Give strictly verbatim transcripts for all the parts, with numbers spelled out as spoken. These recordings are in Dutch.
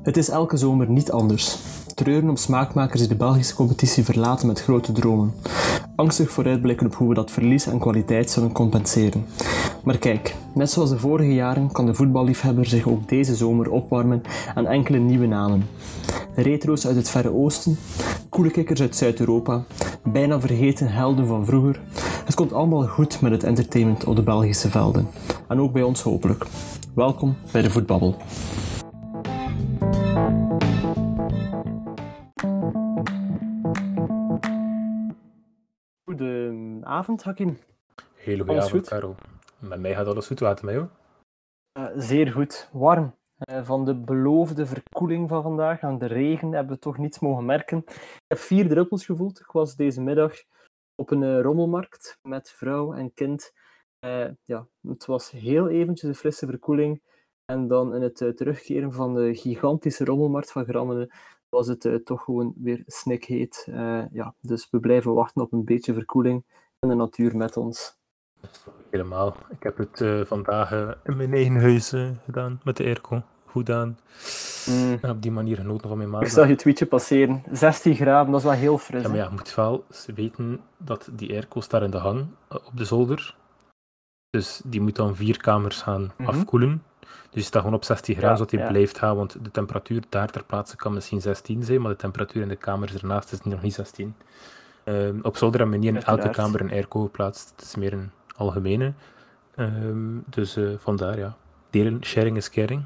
Het is elke zomer niet anders. Treuren om smaakmakers die de Belgische competitie verlaten met grote dromen. Angstig vooruitblikken op hoe we dat verlies aan kwaliteit zullen compenseren. Maar kijk, net zoals de vorige jaren kan de voetballiefhebber zich ook deze zomer opwarmen aan enkele nieuwe namen. Retro's uit het Verre Oosten, coole kikkers uit Zuid-Europa, bijna vergeten helden van vroeger. Het komt allemaal goed met het entertainment op de Belgische velden. En ook bij ons hopelijk. Welkom bij de Voetbabbel. Goedenavond, Hakim. Hele goede avond, Karel. Met mij gaat alles goed, water mij hoor. Uh, zeer goed. Warm. Uh, van de beloofde verkoeling van vandaag aan de regen hebben we toch niets mogen merken. Ik heb vier druppels gevoeld. Ik was deze middag op een uh, rommelmarkt met vrouw en kind. Uh, ja, het was heel eventjes een frisse verkoeling. En dan in het uh, terugkeren van de gigantische rommelmarkt van Grammenen was het uh, toch gewoon weer snikheet. Uh, ja, dus we blijven wachten op een beetje verkoeling en de natuur met ons. Helemaal. Ik heb het uh, vandaag uh, in mijn eigen huis uh, gedaan, met de airco. Goed aan. Mm. En op die manier genoten van mijn maandag. Ik zag je tweetje passeren. zestien graden, dat is wel heel fris. Ja, maar ja, je moet wel weten dat die airco staat in de hang uh, op de zolder. Dus die moet dan vier kamers gaan mm-hmm. afkoelen. Dus je staat gewoon op zestien graden, ja, zodat hij ja. blijft gaan. Want de temperatuur daar ter plaatse kan misschien zestien zijn, maar de temperatuur in de kamers ernaast is nog niet zestien. Uh, op zolder hebben we niet in elke kamer een airco geplaatst. Het is meer een algemene. Um, dus uh, vandaar, ja. Delen, sharing is caring.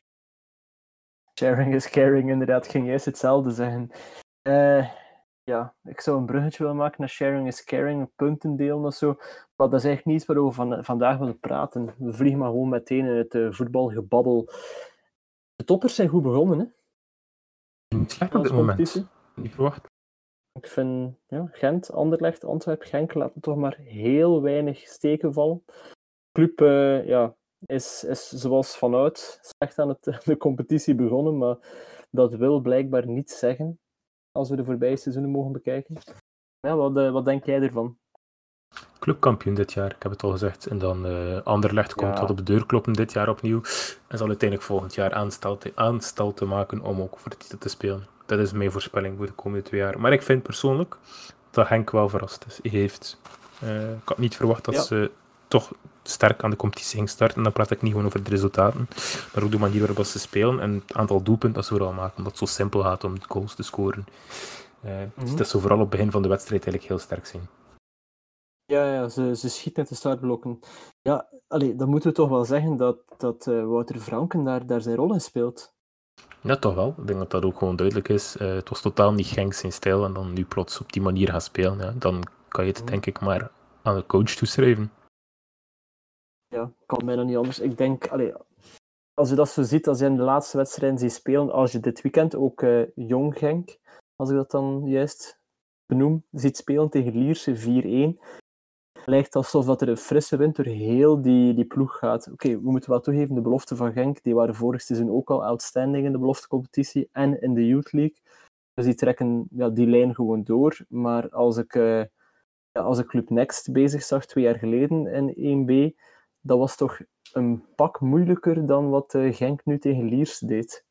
Sharing is caring, inderdaad. Ik ging juist hetzelfde zeggen. Uh, ja, ik zou een bruggetje willen maken naar sharing is caring, punten delen of zo. Maar dat is eigenlijk niets waarover we van, vandaag willen praten. We vliegen maar gewoon meteen in het uh, voetbalgebabbel. De toppers zijn goed begonnen, hè? Niet slecht op dit moment. Niet verwacht. Ik vind ja, Gent, Anderlecht, Antwerpen, Genk laten toch maar heel weinig steken vallen. De club uh, ja, is, is zoals vanuit slecht aan het, de competitie begonnen, maar dat wil blijkbaar niet zeggen als we de voorbije seizoenen mogen bekijken. Ja, wat, uh, wat denk jij ervan? Clubkampioen dit jaar, ik heb het al gezegd. En dan uh, Anderlecht komt ja. wat op de deur kloppen dit jaar opnieuw. En zal uiteindelijk volgend jaar aanstal te, aanstal te maken om ook voor de titel te spelen. Dat is mijn voorspelling voor de komende twee jaar. Maar ik vind persoonlijk dat Genk wel verrast is. Hij heeft, uh, ik had niet verwacht dat ja. ze toch sterk aan de competitie ging starten. En dan praat ik niet gewoon over de resultaten, maar ook de manier waarop ze spelen en het aantal doelpunten dat ze vooral maken. Omdat het zo simpel gaat om goals te scoren. Uh, mm-hmm. Dus dat ze vooral op het begin van de wedstrijd eigenlijk heel sterk zijn. Ja, ja ze, ze schiet met de startblokken. Ja, allee, dan moeten we toch wel zeggen dat, dat uh, Wouter Franken daar, daar zijn rol in speelt. Ja, toch wel. Ik denk dat dat ook gewoon duidelijk is. Uh, het was totaal niet Genk zijn stijl en dan nu plots op die manier gaan spelen. Ja, dan kan je het denk ik maar aan de coach toeschrijven. Ja, kan mij dan niet anders. Ik denk, allee, als je dat zo ziet, als je in de laatste wedstrijden ziet spelen, als je dit weekend ook uh, Jong Genk, als ik dat dan juist benoem, ziet spelen tegen Lierse vier-een, lijkt alsof dat er een frisse wind door heel die, die ploeg gaat. Oké, okay, we moeten wel toegeven, de beloften van Genk, die waren vorig seizoen ook al outstanding in de beloftecompetitie en in de Youth League. Dus die trekken ja, die lijn gewoon door. Maar als ik, uh, ja, als ik Club Next bezig zag twee jaar geleden in één B, dat was toch een pak moeilijker dan wat uh, Genk nu tegen Liers deed.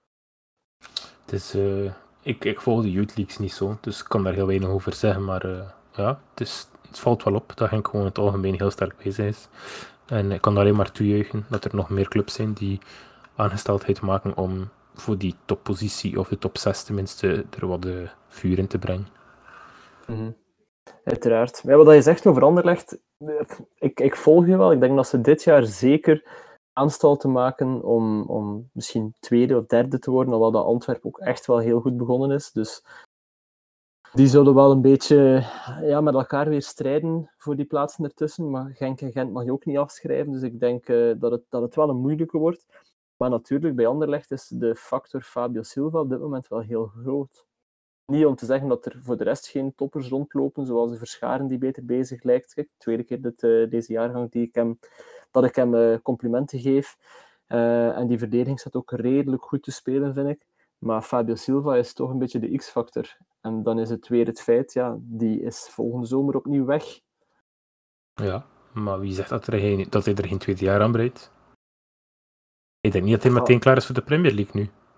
Het is, uh, ik, ik volg de Youth Leagues niet zo, dus ik kan daar heel weinig over zeggen. Maar uh, ja, het is... Het valt wel op dat Genk gewoon in het algemeen heel sterk bezig is. En ik kan alleen maar toejuichen dat er nog meer clubs zijn die aangesteldheid maken om voor die toppositie of de top zes tenminste er wat uh, vuur in te brengen. Mm-hmm. Uiteraard. Ja, wat je zegt over Anderlecht, ik, ik volg je wel. Ik denk dat ze dit jaar zeker aanstalten maken om, om misschien tweede of derde te worden, alhoewel dat Antwerpen ook echt wel heel goed begonnen is. Dus die zullen wel een beetje ja, met elkaar weer strijden voor die plaatsen ertussen. Maar Genk en Gent mag je ook niet afschrijven. Dus ik denk uh, dat, het, dat het wel een moeilijke wordt. Maar natuurlijk, bij Anderlecht is de factor Fabio Silva op dit moment wel heel groot. Niet om te zeggen dat er voor de rest geen toppers rondlopen, zoals de Verscharen die beter bezig lijkt. Kijk, de tweede keer dit, uh, deze jaargang die ik hem, dat ik hem uh, complimenten geef. Uh, en die verdediging staat ook redelijk goed te spelen, vind ik. Maar Fabio Silva is toch een beetje de X-factor. En dan is het weer het feit, ja, die is volgende zomer opnieuw weg. Ja, maar wie zegt dat, er geen, dat hij er geen tweede jaar aan breidt? Ik denk niet dat hij meteen klaar is voor de Premier League nu.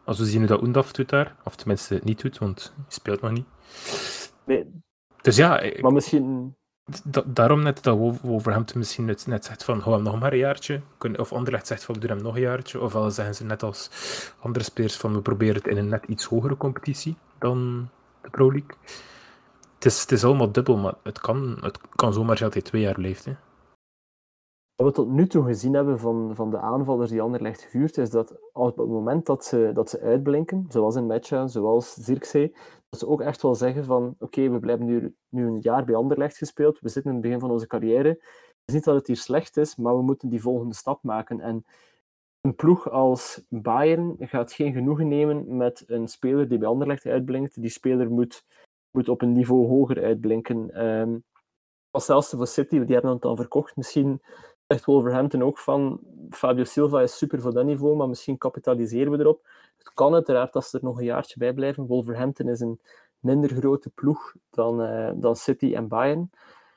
Als we zien hoe dat Oendaf doet daar, of tenminste het niet doet, want hij speelt nog niet. Nee. Dus ja, ik, maar misschien... da- daarom net dat Wolverhampton misschien net, net zegt van, hou hem nog maar een jaartje. Of Anderlecht zegt van, doe hem nog een jaartje. Ofwel zeggen ze net als andere spelers van, we proberen het in een net iets hogere competitie dan de Pro League. Het is, het is allemaal dubbel, maar het kan, het kan zomaar dat hij twee jaar blijft. Hè. Wat we tot nu toe gezien hebben van, van de aanvallers die Anderlecht huurt, is dat op het moment dat ze, dat ze uitblinken, zoals in Mecha, zoals Zirkzee, dat ze ook echt wel zeggen van oké, okay, we blijven nu, nu een jaar bij Anderlecht gespeeld, we zitten in het begin van onze carrière. Het is niet dat het hier slecht is, maar we moeten die volgende stap maken. En een ploeg als Bayern gaat geen genoegen nemen met een speler die bij Anderlecht uitblinkt. Die speler moet, moet op een niveau hoger uitblinken. Um, als zelfs voor City, die hebben het dan verkocht, misschien zegt Wolverhampton ook van Fabio Silva is super voor dat niveau, maar misschien kapitaliseren we erop. Het kan uiteraard als ze er nog een jaartje bij blijven. Wolverhampton is een minder grote ploeg dan, uh, dan City en Bayern.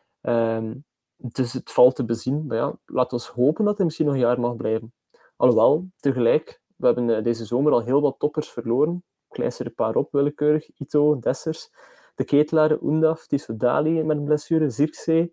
Um, dus het valt te bezien. Maar ja, laten we hopen dat hij misschien nog een jaar mag blijven. Alhoewel, tegelijk, we hebben uh, deze zomer al heel wat toppers verloren. Ik lijst er een paar op, willekeurig. Ito, Dessers, de Ketelaar, Oendaf, Tiso Dali met een blessure, Zirkzee.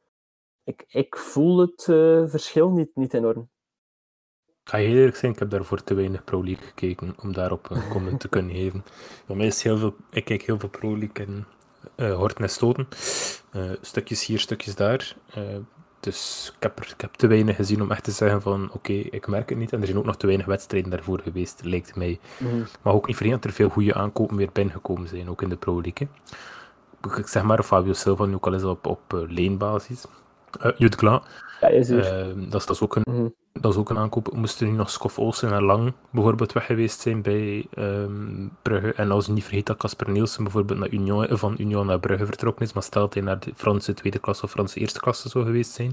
Ik, ik voel het uh, verschil niet, niet enorm. Ik ga heel eerlijk zijn, ik heb daarvoor te weinig Pro League gekeken om daarop een comment te kunnen geven. Voor mij is heel veel, ik kijk heel veel Pro League en uh, horten en stoten. Uh, stukjes hier, stukjes daar. Uh, dus ik heb, er, ik heb te weinig gezien om echt te zeggen van oké, okay, ik merk het niet. En er zijn ook nog te weinig wedstrijden daarvoor geweest, lijkt mij. Mm-hmm. Maar ook niet vergeten dat er veel goede aankopen weer binnengekomen zijn, ook in de Pro League. Hè. Ik zeg maar Fabio Silva nu ook al eens op, op uh, leenbasis. Uh, Jude Gla. Ja, is uh, dat, is, dat, is ook een, mm-hmm. dat is ook een aankoop. Moest er nu nog Skof Olsen en Lang bijvoorbeeld weg geweest zijn bij um, Brugge. En als je niet vergeet dat Casper Nielsen bijvoorbeeld naar Union, van Union naar Brugge vertrokken is, maar stelt hij naar de Franse tweede klasse of Franse eerste klasse zou geweest zijn,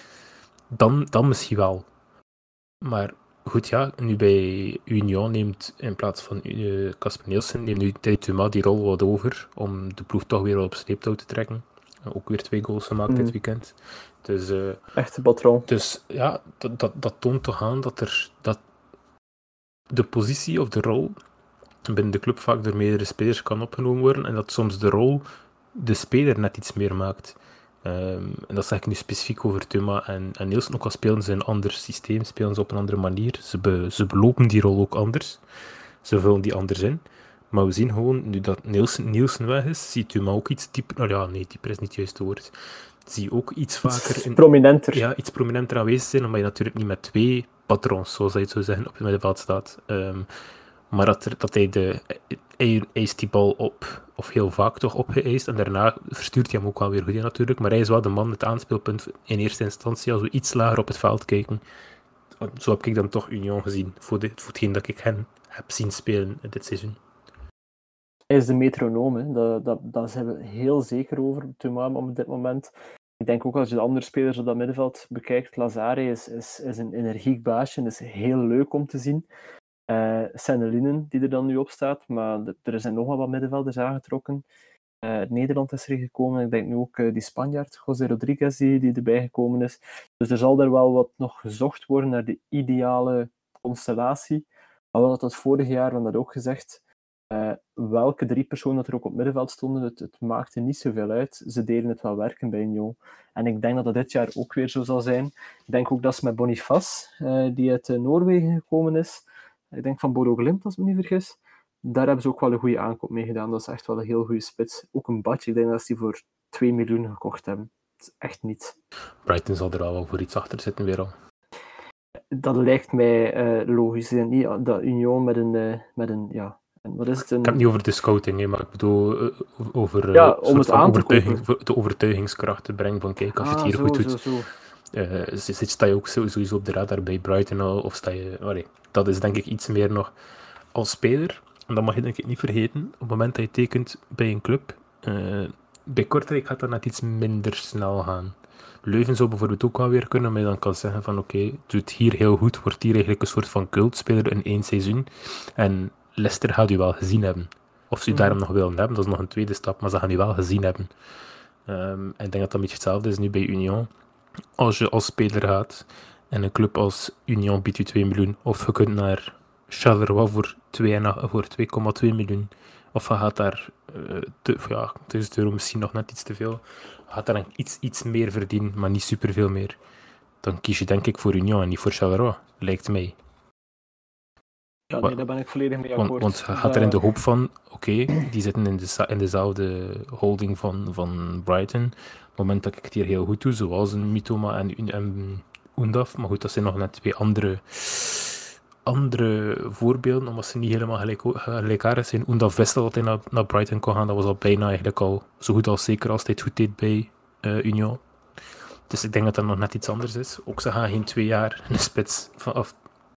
dan, dan misschien wel. Maar goed, ja, nu bij Union neemt in plaats van Casper uh, Nielsen, neemt nu Thierry Thomas die rol wat over om de ploeg toch weer op sleeptouw te trekken. Ook weer twee goals gemaakt mm. dit weekend. Dus, uh, Echte patroon. Dus ja, dat, dat, dat toont toch aan dat, er, dat de positie of de rol binnen de club vaak door meerdere spelers kan opgenomen worden en dat soms de rol de speler net iets meer maakt. Um, en dat zeg ik nu specifiek over Thuma en, en Nielsen. Ook al spelen ze een ander systeem, spelen ze op een andere manier. Ze, be, ze belopen die rol ook anders. Ze vullen die anders in. Maar we zien gewoon, nu dat Nielsen, Nielsen weg is, ziet Thuma ook iets dieper... Nou ja, nee, dieper is niet het juiste woord. Zie je ook iets vaker... In, prominenter. Ja, iets prominenter aanwezig zijn, omdat je natuurlijk niet met twee patrons, zoals je het zou zeggen, op het middenveld staat. Um, maar dat, er, dat hij de... Hij eist die bal op, of heel vaak toch opgeëist, en daarna verstuurt hij hem ook wel weer goed in natuurlijk, maar hij is wel de man, het aanspeelpunt in eerste instantie, als we iets lager op het veld kijken. Zo heb ik dan toch Union gezien, voor, de, voor hetgeen dat ik hen heb zien spelen dit seizoen. Hij is de metronoom, hè. Dat, dat, dat zijn we heel zeker over, Thuram op dit moment. Ik denk ook als je de andere spelers op dat middenveld bekijkt, Lazare is, is, is een energiek baasje, is heel leuk om te zien. Uh, Sennelinen, die er dan nu op staat, maar de, er zijn nog wel wat middenvelders aangetrokken. Uh, Nederland is er gekomen, ik denk nu ook uh, die Spanjaard, José Rodriguez, die, die erbij gekomen is. Dus er zal er wel wat nog gezocht worden naar de ideale constellatie. Maar wel dat dat vorig jaar, we hebben dat ook gezegd, uh, welke drie personen dat er ook op het middenveld stonden, het, het maakte niet zoveel uit. Ze deden het wel werken bij Union. En ik denk dat dat dit jaar ook weer zo zal zijn. Ik denk ook dat ze met Boniface, uh, die uit uh, Noorwegen gekomen is, ik denk van Bodo Glimt, als ik me niet vergis. Daar hebben ze ook wel een goede aankoop mee gedaan. Dat is echt wel een heel goede spits. Ook een badje. Ik denk dat ze die voor twee miljoen gekocht hebben. Dat is echt niet. Brighton zal er al wel voor iets achter zitten weer al. Dat lijkt mij uh, logisch. Niet dat Union met een... Uh, met een ja, wat is het? Een... Ik heb het niet over de scouting, hè, maar ik bedoel uh, over uh, ja, om het aan te overtuiging, de overtuigingskracht te brengen van kijk, als je het hier ah, goed zo, doet... Zo, zo. Uh, zit, sta je ook sowieso op de radar bij Brighton al, of sta je... Allee, dat is denk ik iets meer nog als speler. En dat mag je denk ik niet vergeten. Op het moment dat je tekent bij een club, uh, bij Kortrijk gaat dat net iets minder snel gaan. Leuven zou bijvoorbeeld ook wel weer kunnen, maar je dan kan zeggen van oké, okay, doe het hier heel goed, wordt hier eigenlijk een soort van cultspeler in één seizoen. En Leicester gaat u wel gezien hebben. Of ze u mm. daarom nog willen hebben, dat is nog een tweede stap, maar ze gaan u wel gezien hebben. Um, en ik denk dat dat een beetje hetzelfde is nu bij Union. Als je als speler gaat en een club als Union biedt je twee miljoen, of je kunt naar Charleroi voor twee komma twee miljoen. Of hij gaat daar, uh, te, ja, duizend euro misschien nog net iets te veel. Hij gaat daar een, iets, iets meer verdienen, maar niet superveel meer. Dan kies je denk ik voor Union en niet voor Charleroi, lijkt mij. Ja, nee, daar ben ik volledig mee akkoord. Want, want hij gaat er in de hoop van, oké, okay, die zitten in, de, in dezelfde holding van, van Brighton. Op het moment dat ik het hier heel goed doe, zoals een Mitoma en, en Undav. Maar goed, dat zijn nog net twee andere, andere voorbeelden, omdat ze niet helemaal gelijk, gelijkaardig zijn. Undav wist dat hij naar, naar Brighton kon gaan. Dat was al bijna eigenlijk al zo goed als zeker als hij het goed deed bij uh, Union. Dus ik denk dat dat nog net iets anders is. Ook ze gaan geen twee jaar in de spits vanaf...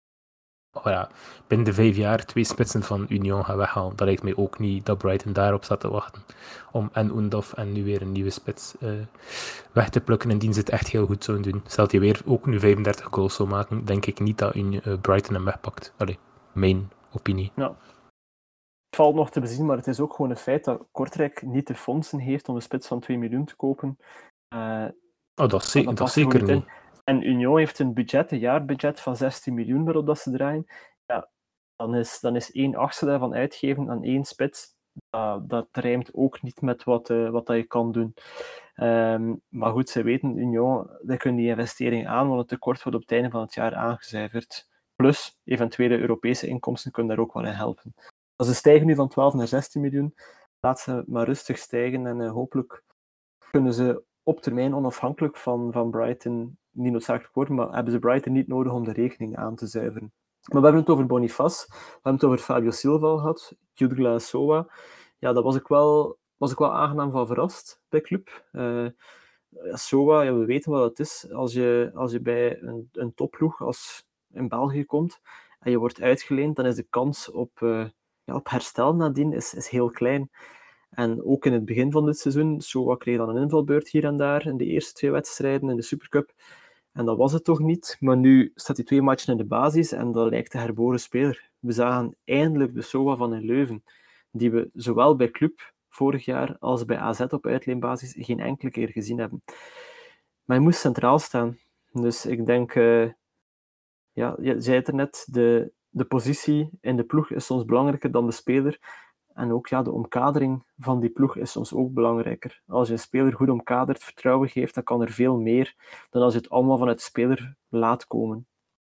Oh ja, binnen de vijf jaar twee spitsen van Union gaan weghalen. Dat lijkt mij ook niet dat Brighton daarop staat te wachten. Om en Undav en nu weer een nieuwe spits uh, weg te plukken. Indien ze het echt heel goed zouden doen. Stelt hij weer ook nu vijfendertig goals zou maken, denk ik niet dat uh, Brighton hem wegpakt. Allee, mijn opinie. Ja. Het valt nog te bezien, maar het is ook gewoon een feit dat Kortrijk niet de fondsen heeft om een spits van twee miljoen te kopen. Uh, oh, dat, ze- dat, dat zeker niet. En Union heeft een budget, een jaarbudget van zestien miljoen waarop dat ze draaien. Ja, dan is, dan is één achtste daarvan uitgeven aan één spits. Uh, dat rijmt ook niet met wat, uh, wat dat je kan doen. Um, maar goed, ze weten, Union, die kunnen die investering aan, want het tekort wordt op het einde van het jaar aangecijferd. Plus, eventuele Europese inkomsten kunnen daar ook wel in helpen. Als ze stijgen nu van twaalf naar zestien miljoen, laat ze maar rustig stijgen en uh, hopelijk kunnen ze op termijn onafhankelijk van, van Brighton niet noodzakelijk worden, maar hebben ze Brighton niet nodig om de rekening aan te zuiveren. Maar we hebben het over Boniface, we hebben het over Fabio Silva gehad, Yudgla Sowa. Ja, daar was ik wel, was ik wel aangenaam van verrast bij club. Uh, Sowa, ja, we weten wat het is. Als je, als je bij een, een topploeg als in België komt en je wordt uitgeleend, dan is de kans op, uh, ja, op herstel nadien is, is heel klein. En ook in het begin van dit seizoen, Sowa kreeg dan een invalbeurt hier en daar in de eerste twee wedstrijden in de Supercup. En dat was het toch niet. Maar nu staat hij twee matchen in de basis en dat lijkt de herboren speler. We zagen eindelijk de Sowa van in Leuven, die we zowel bij club vorig jaar als bij A Z op uitleenbasis geen enkele keer gezien hebben. Maar hij moest centraal staan. Dus ik denk, uh, ja, je zei het er net, de, de positie in de ploeg is soms belangrijker dan de speler. En ook ja, de omkadering van die ploeg is soms ook belangrijker. Als je een speler goed omkadert, vertrouwen geeft, dan kan er veel meer dan als je het allemaal vanuit de speler laat komen.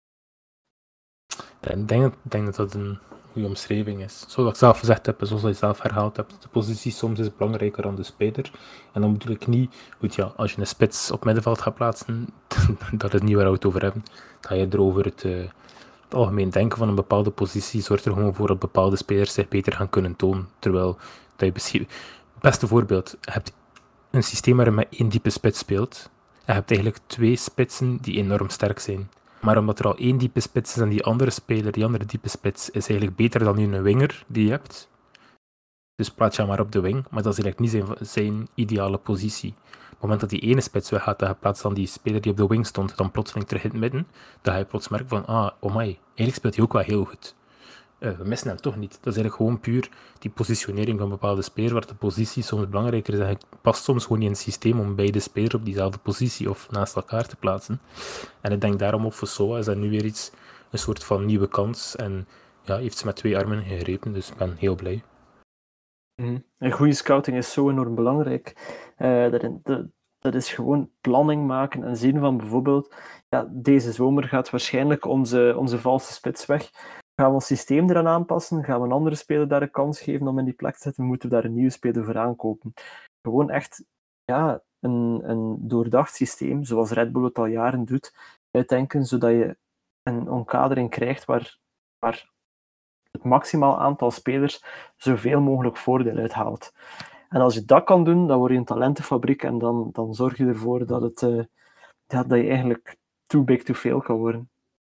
Ja, ik denk, denk dat dat een goede omschrijving is. Zoals ik zelf gezegd heb, zoals je zelf herhaald hebt, de positie soms is belangrijker dan de speler. En dan bedoel ik niet, goed, ja, als je een spits op middenveld gaat plaatsen, dat is niet waar we het over hebben. Dat je erover het... Uh, Het algemeen denken van een bepaalde positie zorgt er gewoon voor dat bepaalde spelers zich beter gaan kunnen tonen. Terwijl, dat je beschrijft... Het beste voorbeeld, je hebt een systeem waarin je met één diepe spits speelt. En je hebt eigenlijk twee spitsen die enorm sterk zijn. Maar omdat er al één diepe spits is en die andere speler, die andere diepe spits, is eigenlijk beter dan nu een winger die je hebt. Dus plaats je hem maar op de wing, maar dat is eigenlijk niet zijn, zijn ideale positie. Op het moment dat die ene spits weggaat en je plaatst dan die speler die op de wing stond, dan plotseling terug in het midden, dan ga je plots merken van, ah, oh my, eigenlijk speelt hij ook wel heel goed. Uh, we missen hem toch niet. Dat is eigenlijk gewoon puur die positionering van een bepaalde speler, waar de positie soms belangrijker is. En het past soms gewoon niet in het systeem om beide spelers op diezelfde positie of naast elkaar te plaatsen. En ik denk daarom op voor Sowa is dat nu weer iets, een soort van nieuwe kans. En ja, heeft ze met twee armen gegrepen, dus ik ben heel blij. Mm. Een goede scouting is zo enorm belangrijk. Uh, dat, dat, dat is gewoon planning maken en zien van bijvoorbeeld, ja, deze zomer gaat waarschijnlijk onze, onze valse spits weg. Gaan we ons systeem eraan aanpassen? Gaan we een andere speler daar een kans geven om in die plek te zetten? Moeten we daar een nieuwe speler voor aankopen? Gewoon echt ja, een, een doordacht systeem, zoals Red Bull het al jaren doet, uitdenken, zodat je een omkadering krijgt waar, waar het maximaal aantal spelers zoveel mogelijk voordeel uithaalt. En als je dat kan doen, dan word je een talentenfabriek en dan, dan zorg je ervoor dat, het, uh, ja, dat je eigenlijk too big to fail kan worden.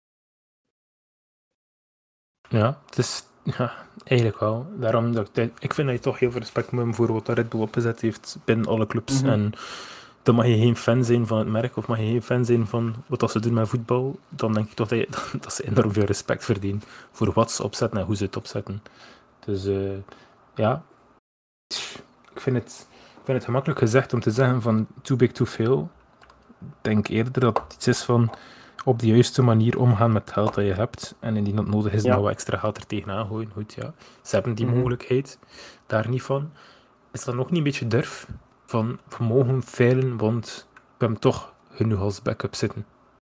Ja, het is ja, eigenlijk wel. Daarom dat ik, ik vind dat je toch heel veel respect moet hebben voor wat Red Bull opgezet heeft binnen alle clubs. Mm-hmm. En dan mag je geen fan zijn van het merk of mag je geen fan zijn van wat ze doen met voetbal. Dan denk ik toch dat, je, dat ze enorm veel respect verdienen voor wat ze opzetten en hoe ze het opzetten. Dus uh, ja, ik vind, het, ik vind het gemakkelijk gezegd om te zeggen van too big to fail. Ik denk eerder dat het iets is van op de juiste manier omgaan met het geld dat je hebt. En indien dat nodig is, Ja. nog wat extra geld er tegenaan gooien. Goed, ja. Ze hebben die Mhm. mogelijkheid. Daar niet van. Is dat nog niet een beetje durf? Van, we mogen feilen, want we hebben toch genoeg als backup zitten.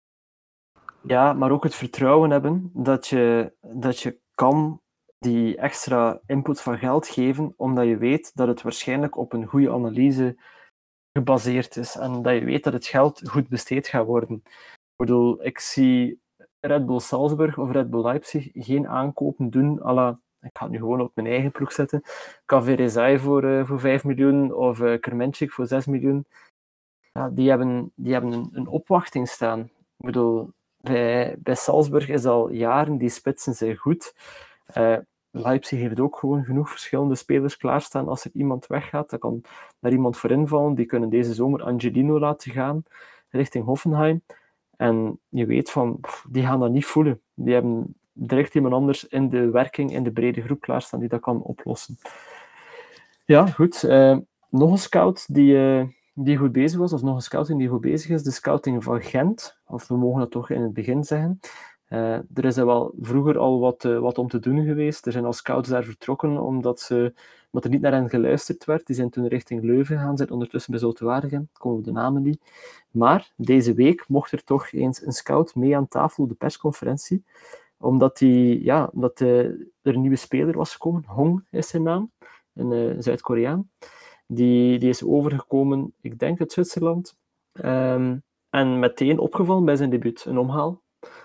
Ja, maar ook het vertrouwen hebben dat je, dat je kan die extra input van geld geven, omdat je weet dat het waarschijnlijk op een goede analyse gebaseerd is en dat je weet dat het geld goed besteed gaat worden. Ik bedoel, ik zie Red Bull Salzburg of Red Bull Leipzig geen aankopen doen à la, ik ga het nu gewoon op mijn eigen ploeg zetten, K V Rezai voor, uh, voor vijf miljoen of uh, Kermenčík voor zes miljoen. Ja, die hebben, die hebben een, een opwachting staan. Ik bedoel, bij, bij Salzburg is al jaren, die spitsen zijn goed. Uh, Leipzig heeft ook gewoon genoeg verschillende spelers klaarstaan. Als er iemand weggaat, dan kan daar iemand voor invallen. Die kunnen deze zomer Angelino laten gaan richting Hoffenheim. En je weet van, pff, die gaan dat niet voelen. Die hebben direct iemand anders in de werking, in de brede groep klaarstaan die dat kan oplossen. Ja, goed. Uh, nog een scout die... Uh, die goed bezig was, of nog een scouting die goed bezig is, de scouting van Gent, of we mogen dat toch in het begin zeggen. Uh, er is er wel vroeger al wat, uh, wat om te doen geweest. Er zijn al scouts daar vertrokken, omdat, ze, omdat er niet naar hen geluisterd werd. Die zijn toen richting Leuven gegaan, zijn ondertussen bij Zulte Waregem, komen we de namen niet. Maar deze week mocht er toch eens een scout mee aan tafel op de persconferentie, omdat, die, ja, omdat uh, er een nieuwe speler was gekomen, Hong is zijn naam, een uh, Zuid-Koreaan. Die, die is overgekomen, ik denk uit Zwitserland. Um, en meteen opgevallen bij zijn debuut, een omhaal.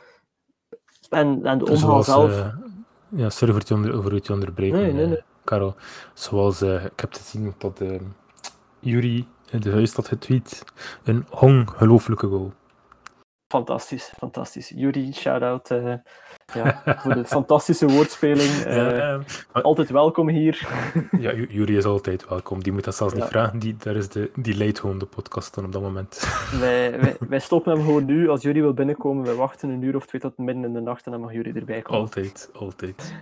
En, en de omhaal Zoals, zelf... Uh, ja, sorry voor het, onder, voor het onderbreken, nee, nee, nee. Uh, Karel. Zoals, uh, ik heb te zien dat uh, Yuri de Huis had getweet. Een ongelooflijke goal. Fantastisch, fantastisch. Yuri, shout-out uh, ja, voor de fantastische woordspeling. Uh, ja, uh, maar, altijd welkom hier. Ja, Yuri is altijd welkom. Die moet dat zelfs ja. niet vragen. Die, daar is de, die leidt gewoon de podcast dan op dat moment. Wij, wij, wij stoppen hem gewoon nu. Als Yuri wil binnenkomen, wij wachten een uur of twee tot midden in de nacht en dan mag Yuri erbij komen. Altijd, altijd.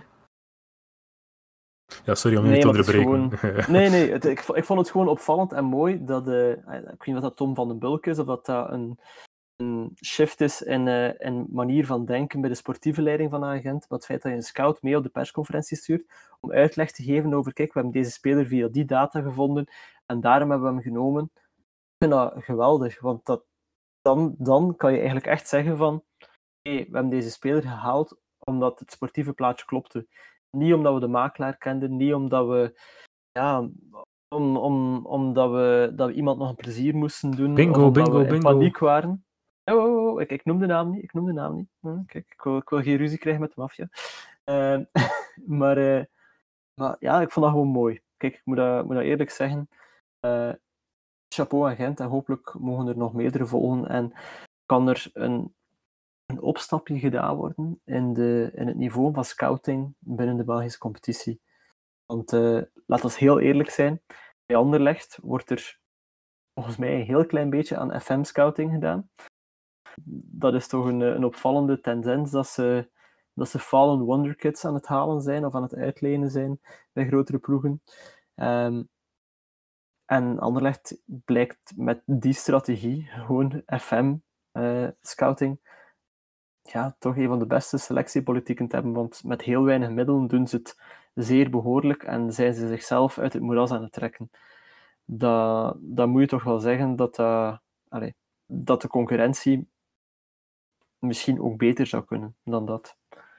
Ja, sorry om je nee, te onderbreken. Gewoon... Nee, nee, het, ik, ik vond het gewoon opvallend en mooi dat... Uh, ik weet niet of dat Tom van den Bulk is, of dat dat een... een shift is in, uh, in manier van denken bij de sportieve leiding van een agent. Maar het feit dat je een scout mee op de persconferentie stuurt om uitleg te geven over, kijk, we hebben deze speler via die data gevonden en daarom hebben we hem genomen. Ik vind dat geweldig, want dat, dan, dan kan je eigenlijk echt zeggen van, hé, hey, we hebben deze speler gehaald omdat het sportieve plaatje klopte. Niet omdat we de makelaar kenden, niet omdat we, ja, om, om, omdat we, dat we iemand nog een plezier moesten doen, bingo, of omdat bingo, we in bingo. paniek waren. Oh, oh, oh, ik, ik noem de naam niet, ik noem de naam niet. Hm, kijk, ik wil, ik wil geen ruzie krijgen met de maffia. Uh, maar, uh, maar ja, ik vond dat gewoon mooi. Kijk, ik moet dat, moet dat eerlijk zeggen. Uh, chapeau aan Gent en hopelijk mogen er nog meerdere volgen en kan er een, een opstapje gedaan worden in, de, in het niveau van scouting binnen de Belgische competitie. Want uh, laat ons heel eerlijk zijn, bij Anderlecht wordt er volgens mij een heel klein beetje aan F M-scouting gedaan. Dat is toch een, een opvallende tendens dat ze, dat ze fallen wonderkids aan het halen zijn of aan het uitlenen zijn bij grotere ploegen. Um, en Anderlecht blijkt met die strategie, gewoon F M-scouting, uh, ja, toch een van de beste selectiepolitieken te hebben, want met heel weinig middelen doen ze het zeer behoorlijk en zijn ze zichzelf uit het moeras aan het trekken. Dat, dat moet je toch wel zeggen dat, uh, allez, dat de concurrentie misschien ook beter zou kunnen dan dat.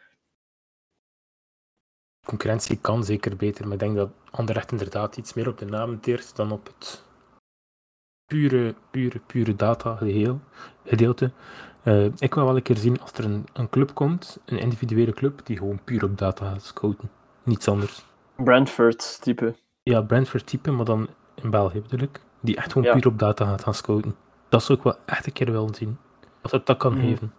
Concurrentie kan zeker beter, maar ik denk dat Anderlecht inderdaad iets meer op de naam teert dan op het pure, pure, pure data geheel, gedeelte. Uh, ik wil wel een keer zien als er een, een club komt, een individuele club, die gewoon puur op data gaat scouten. Niets anders. Brentford type. Ja, Brentford type, maar dan in België bedoel ik. Die echt gewoon ja. puur op data gaat gaan scouten. Dat zou ik wel echt een keer willen zien. Als het dat kan mm. geven.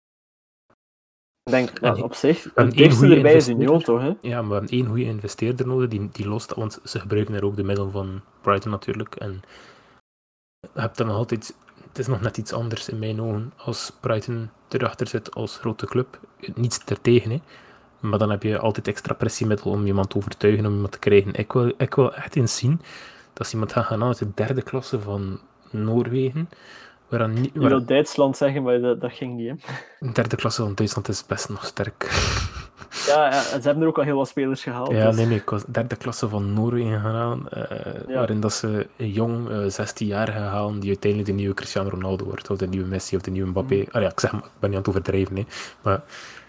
Ik denk, nou, op zich, het dichtste erbij is Union toch, hè? Ja, maar we hebben één goede investeerder nodig, die, die lost, want ze gebruiken er ook de middelen van Brighton natuurlijk. En je hebt dan nog altijd, het is nog net iets anders in mijn ogen, als Brighton erachter zit als grote club. Niets ertegen, hè. Maar dan heb je altijd extra pressiemiddel om iemand te overtuigen, om iemand te krijgen. Ik wil, ik wil echt eens zien dat iemand gaat gaan uit de derde klasse van Noorwegen, Waaraan niet, Je wil Duitsland zeggen, maar dat, dat ging niet. Hè? Derde klasse van Duitsland is best nog sterk. Ja, ja, ze hebben er ook al heel wat spelers gehaald. Ja, dus... nee, nee, ik was derde klasse van Noorwegen gegaan, uh, ja. waarin dat ze een jong, uh, zestien jaar gaan halen, die uiteindelijk de nieuwe Cristiano Ronaldo wordt, of de nieuwe Messi, of de nieuwe Mbappé. Mm. Ah ja, ik zeg maar, ik ben niet aan het overdrijven, nee. Maar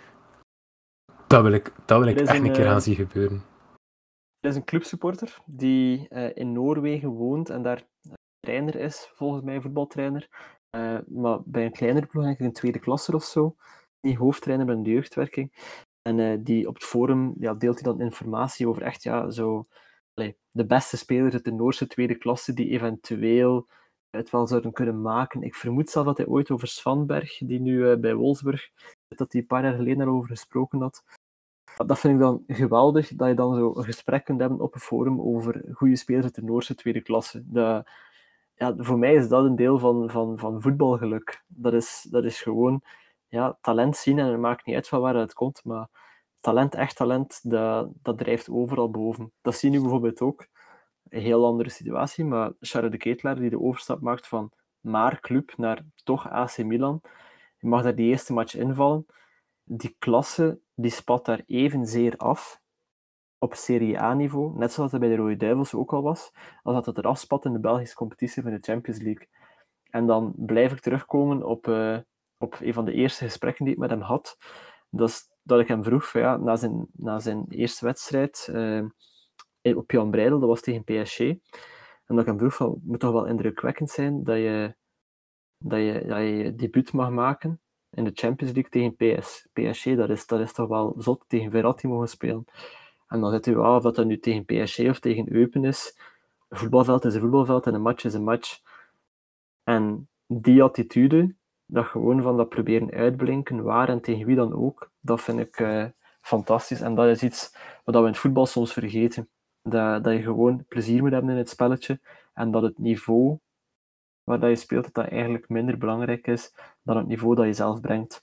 dat wil ik, dat wil ik echt een, een keer gaan uh, zien gebeuren. Er is een clubsupporter die uh, in Noorwegen woont en daar trainer is, volgens mij voetbaltrainer. Uh, maar bij een kleinere ploeg, eigenlijk een tweede klasse of zo. Die hoofdtrainer bij de jeugdwerking. En uh, die op het forum ja, deelt hij dan informatie over echt ja, zo, allee, de beste spelers uit de Noorse tweede klasse die eventueel het wel zouden kunnen maken. Ik vermoed zelf dat hij ooit over Svanberg, die nu uh, bij Wolfsburg, dat hij een paar jaar geleden daarover gesproken had. Dat vind ik dan geweldig, dat je dan zo een gesprek kunt hebben op een forum over goede spelers uit de Noorse tweede klasse. De, ja, voor mij is dat een deel van, van, van voetbalgeluk. Dat is, dat is gewoon ja, talent zien en het maakt niet uit van waar het komt, maar talent, echt talent, dat, dat drijft overal boven. Dat zie je nu bijvoorbeeld ook. Een heel andere situatie, maar Charles de Ketelaar die de overstap maakt van maar club naar toch A C Milan. Je mag daar die eerste match invallen. Die klasse die spat daar evenzeer af op Serie A-niveau, net zoals het bij de Rode Duivels ook al was, als dat het er afspat in de Belgische competitie van de Champions League. En dan blijf ik terugkomen op, uh, op een van de eerste gesprekken die ik met hem had. Dat, is, dat ik hem vroeg, van, ja, na, zijn, na zijn eerste wedstrijd uh, op Jan Breidel, dat was tegen P S G, en dat ik hem vroeg, van, het moet toch wel indrukwekkend zijn dat je, dat je, dat je je debuut mag maken in de Champions League tegen P S, P S G. Dat is, dat is toch wel zot, tegen Verratti mogen spelen. En dan zit u af, of dat dat nu tegen P S G of tegen Eupen is. Een voetbalveld is een voetbalveld en een match is een match. En die attitude, dat gewoon van dat proberen uitblinken, waar en tegen wie dan ook, dat vind ik uh, fantastisch. En dat is iets wat we in het voetbal soms vergeten. Dat, dat je gewoon plezier moet hebben in het spelletje en dat het niveau waar dat je speelt, dat, dat eigenlijk minder belangrijk is dan het niveau dat je zelf brengt.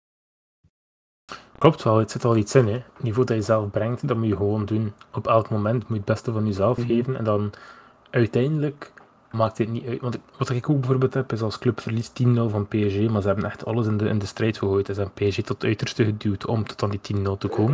Klopt wel, het zit al iets in. Hè. Het niveau dat je zelf brengt, dat moet je gewoon doen. Op elk moment moet je het beste van jezelf mm-hmm. geven. En dan uiteindelijk maakt het niet uit. Want ik, wat ik ook bijvoorbeeld heb, is als club verliest tien nul van P S G, maar ze hebben echt alles in de, in de strijd gegooid. Ze hebben P S G tot het uiterste geduwd om tot aan die tien nul te komen.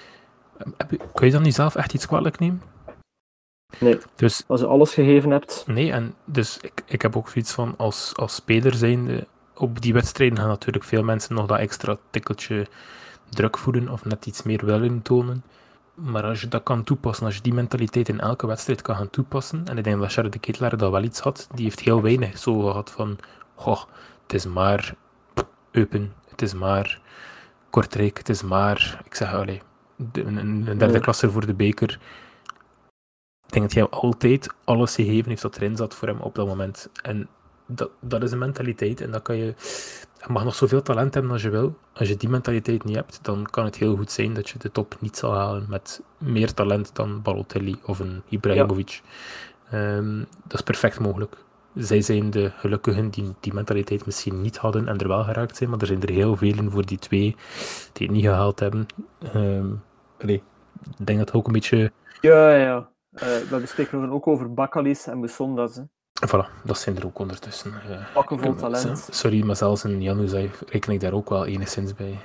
Kun je dan niet zelf echt iets kwalijk nemen? Nee, dus, als je alles gegeven hebt... Nee, en dus ik, ik heb ook zoiets van, als, als speler zijnde, op die wedstrijden gaan natuurlijk veel mensen nog dat extra tikkeltje druk voeden of net iets meer willen tonen. Maar als je dat kan toepassen, als je die mentaliteit in elke wedstrijd kan gaan toepassen, en ik denk dat Charles de Ketelaar dat wel iets had, die heeft heel weinig zo gehad van, goh, het is maar Eupen, het is maar Kortrijk, het is maar, ik zeg, allee, een, een derde ja. klasse voor de beker. Ik denk dat hij altijd alles gegeven heeft wat erin zat voor hem op dat moment. En dat, dat is een mentaliteit. En dat kan je... Je mag nog zoveel talent hebben als je wil. Als je die mentaliteit niet hebt, dan kan het heel goed zijn dat je de top niet zal halen met meer talent dan Balotelli of een Ibrahimovic. Ja. Um, dat is perfect mogelijk. Zij zijn de gelukkigen die die mentaliteit misschien niet hadden en er wel geraakt zijn, maar er zijn er heel velen voor die twee die het niet gehaald hebben. Um, allee, ik denk dat het ook een beetje... Ja, ja. Uh, we spreken ook over Bakalis en Besondas. Hè. Voilà, dat zijn er ook ondertussen. Uh, Pakken vol talent. Sorry, maar zelfs in Januzaj reken ik daar ook wel enigszins bij.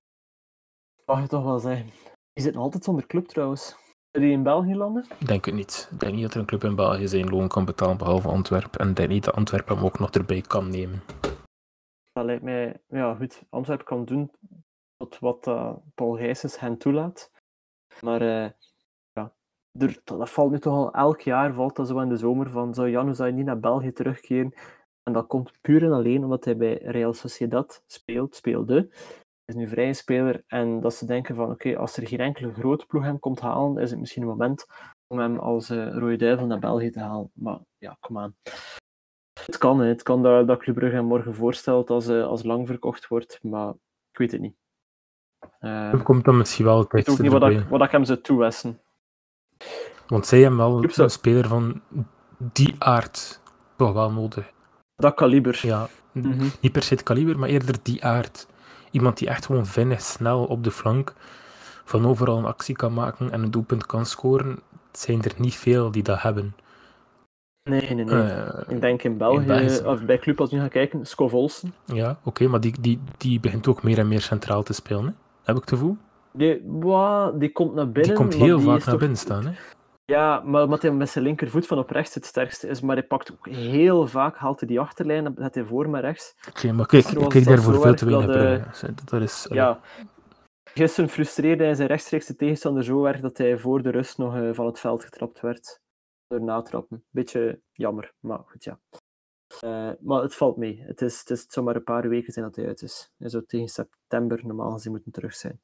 Mag je toch wel zeggen. Die zitten altijd zonder club trouwens. Zijn die in België landen? Denk het niet. Ik denk niet dat er een club in België zijn loon kan betalen behalve Antwerpen. En ik denk niet dat Antwerpen hem ook nog erbij kan nemen. Dat lijkt mij... Ja, goed. Antwerpen kan doen tot wat uh, Paul Gijsens hen toelaat. Maar... Uh, Er, dat valt nu toch al elk jaar, valt dat zo in de zomer van, zou Januzaj niet naar België terugkeren? En dat komt puur en alleen omdat hij bij Real Sociedad speelt, speelde. Hij is nu vrije speler en dat ze denken van, oké, okay, als er geen enkele grote ploeg hem komt halen, is het misschien een moment om hem als uh, Rode Duivel naar België te halen. Maar ja, kom aan. Het kan, hè. Het kan dat, dat Club Brugge hem morgen voorstelt als, uh, als lang verkocht wordt, maar ik weet het niet. Uh, dat komt dan misschien wel... Ik weet ook niet wat ik, wat ik hem zou toewessen. Want zij hebben wel een speler van die aard toch wel nodig. Dat kaliber. Ja, mm-hmm. Niet per se het kaliber, maar eerder die aard. Iemand die echt gewoon vinnig, snel op de flank van overal een actie kan maken en een doelpunt kan scoren. Het zijn er niet veel die dat hebben. Nee, nee, nee. Uh, ik denk in België, in België, of bij Club als we nu gaan kijken, Skov Olsen. Ja, oké, okay, maar die, die, die begint ook meer en meer centraal te spelen, hè? Heb ik het gevoel? Die, wow, die komt naar binnen. Die komt heel die vaak is naar toch... binnen staan, hè? Ja, maar omdat hij met zijn linkervoet van op rechts het sterkste is, maar hij pakt ook heel vaak, haalt hij die achterlijn en zet hij voor met rechts. Oké, okay, maar kijk, ik kijk daarvoor veel te weinig dat, uh, dat is... Uh... Ja, gisteren frustreerde hij zijn rechtstreekse tegenstander zo erg dat hij voor de rust nog uh, van het veld getrapt werd. Door natrappen. Beetje jammer, maar goed, ja. Uh, maar het valt mee. Het is, het is het zou maar een paar weken zijn dat hij uit is. Hij zou tegen september normaal gezien moeten terug zijn.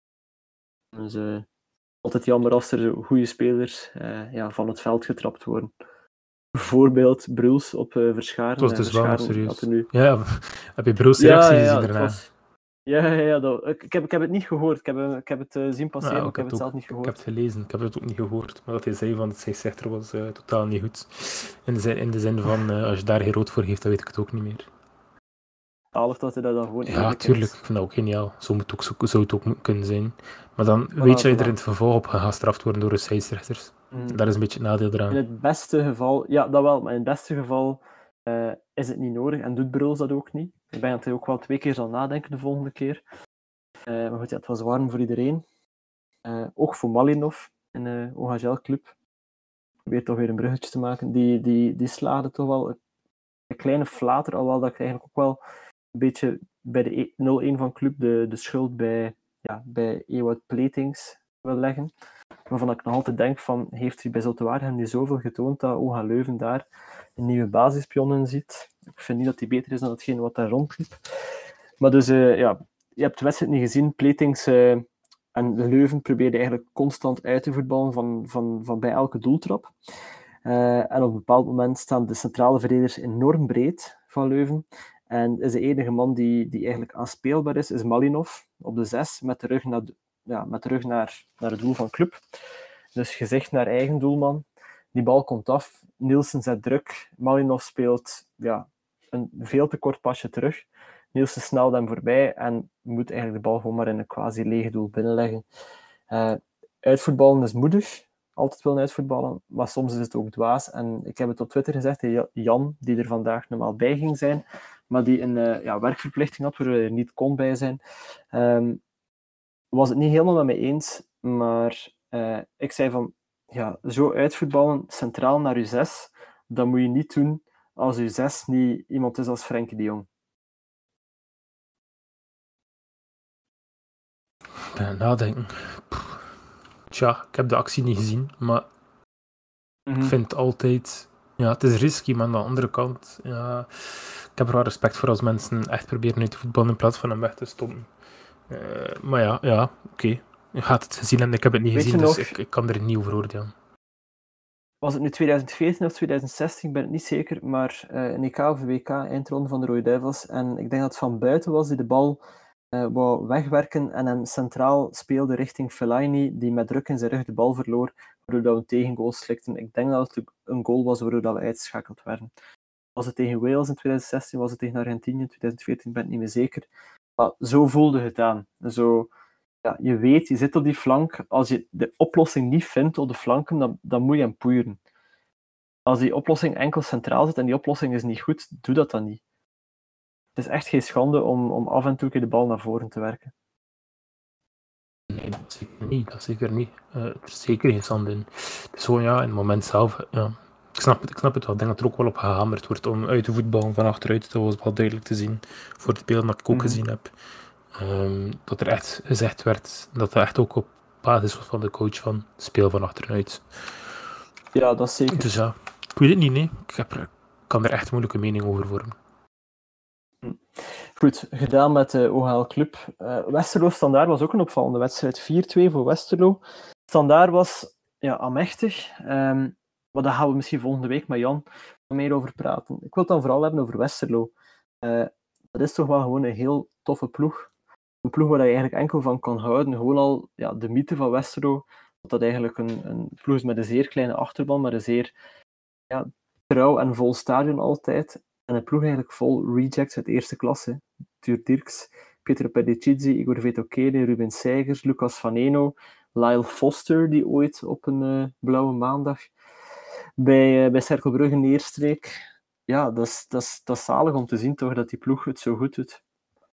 Dus uh, altijd jammer als er goede spelers uh, ja, van het veld getrapt worden. Bijvoorbeeld Bruls op uh, Verscharen. Dat was dus wel serieus. Nu... Ja, heb je Bruls reactie ja, ja, gezien ja, daarna? Was... Ja, ja, ja dat... ik, ik, heb, ik heb het niet gehoord. Ik heb, ik heb het uh, zien passeren, ja, maar ik heb het ook, zelf niet gehoord. Ik heb het gelezen, ik heb het ook niet gehoord. Maar dat hij zei van het scheidsrechter was uh, totaal niet goed. In de zin, in de zin van, uh, als je daar geen rood voor geeft, dan weet ik het ook niet meer. Of dat hij dat dan gewoon ja, tuurlijk. Is. Ik vind dat ook geniaal. Zo moet het ook, zo, zou het ook kunnen zijn. Maar dan voilà, weet je dat je er in het vervolg op gaat gestraft worden door de scheidsrechters. Mm. Dat is een beetje het nadeel eraan. In het beste geval, ja, dat wel, maar in het beste geval uh, is het niet nodig en doet Bruls dat ook niet. Ik denk dat hij ook wel twee keer zal nadenken de volgende keer. Uh, maar goed, ja, het was warm voor iedereen. Uh, ook voor Malinov in de uh, O H L Club. Ik probeer toch weer een bruggetje te maken. Die, die, die slaagde toch wel een kleine flater, alhoewel dat ik eigenlijk ook wel een beetje bij de nul-een van Club de, de schuld bij, ja, bij Ewout Platings wil leggen. Waarvan ik nog altijd denk van, heeft hij bij Zulte Waregem niet zoveel getoond dat O H Leuven daar een nieuwe basispion in ziet. Ik vind niet dat hij beter is dan hetgeen wat daar rondliep. Maar dus, uh, ja, je hebt de wedstrijd niet gezien. Platings uh, en Leuven probeerden eigenlijk constant uit te voetballen van, van, van bij elke doeltrap. Uh, en op een bepaald moment staan de centrale verdedigers enorm breed van Leuven. En is de enige man die, die eigenlijk aanspeelbaar is, is Malinov op de zes, met de rug naar, de, ja, met de rug naar, naar het doel van Club. Dus gezicht naar eigen doelman. Die bal komt af. Nielsen zet druk. Malinov speelt ja, een veel te kort pasje terug. Nielsen snelt hem voorbij en moet eigenlijk de bal gewoon maar in een quasi leeg doel binnenleggen. Uh, uitvoetballen is moedig. Altijd willen uitvoetballen, maar soms is het ook dwaas. En ik heb het op Twitter gezegd, Jan, die er vandaag normaal bij ging zijn, maar die een uh, ja, werkverplichting had, waar hij er niet kon bij zijn, um, was het niet helemaal met mij eens, maar uh, ik zei van, ja, zo uitvoetballen centraal naar je zes, dat moet je niet doen als je zes niet iemand is als Frenkie de Jong. Ik ben aan het nadenken. Tja, ik heb de actie niet gezien, maar mm-hmm. ik vind het altijd... Ja, het is risky, maar aan de andere kant... Ja, ik heb er wel respect voor als mensen echt proberen uit te voetballen in plaats van hem weg te stoppen. Uh, maar ja, ja oké. Okay. Je gaat het gezien en ik heb het niet Weet gezien, dus ik, ik kan er niet over oordelen. Was het nu twintig veertien of twintig zestien, ik ben het niet zeker, maar uh, een E K of een W K, eindronde van de Rode Duivels. En ik denk dat het van buiten was die de bal uh, wou wegwerken en hem centraal speelde richting Fellaini, die met druk in zijn rug de bal verloor, waardoor we een tegengoal slikten. Ik denk dat het een goal was waardoor we uitgeschakeld werden. Was het tegen Wales in twintig zestien, was het tegen Argentinië in twintig veertien, ben ik niet meer zeker. Maar zo voelde het aan. Zo, ja, je weet, je zit op die flank. Als je de oplossing niet vindt op de flanken, dan, dan moet je hem poeieren. Als die oplossing enkel centraal zit en die oplossing is niet goed, doe dat dan niet. Het is echt geen schande om, om af en toe de bal naar voren te werken. Nee, dat zeker niet. Dat zeker niet. Uh, er is zeker geen schande in. Dus gewoon ja, in het moment zelf... Ja. Ik snap het, ik snap het wel. Ik denk dat er ook wel op gehamerd wordt om uit te voetballen van achteruit. Dat was wel duidelijk te zien voor het beeld dat ik ook mm-hmm. gezien heb. Um, dat er echt gezegd werd dat dat echt ook op basis was van de coach van speel van achteruit. Ja, dat is zeker. Dus ja, ik weet het niet, nee. Ik heb er, kan er echt een moeilijke mening over vormen. Goed, gedaan met de O H L Club. Uh, Westerlo Standaard was ook een opvallende wedstrijd. vier twee voor Westerlo. Standaard was ja, amechtig. Um, maar daar gaan we misschien volgende week met Jan meer over praten. Ik wil het dan vooral hebben over Westerlo. Uh, dat is toch wel gewoon een heel toffe ploeg. Een ploeg waar je eigenlijk enkel van kan houden. Gewoon al ja, de mythe van Westerlo. Dat dat eigenlijk een, een ploeg is met een zeer kleine achterban, maar een zeer ja, trouw en vol stadion altijd. En een ploeg eigenlijk vol rejects uit eerste klasse. Tuur Dirks, Pietro Pedicizzi, Igor Vetokele, Ruben Seigers, Lucas Van Eno, Lyle Foster, die ooit op een uh, blauwe maandag bij, uh, bij Cercle Brugge neerstreek. Ja, dat is, dat, is, dat is zalig om te zien toch, dat die ploeg het zo goed doet.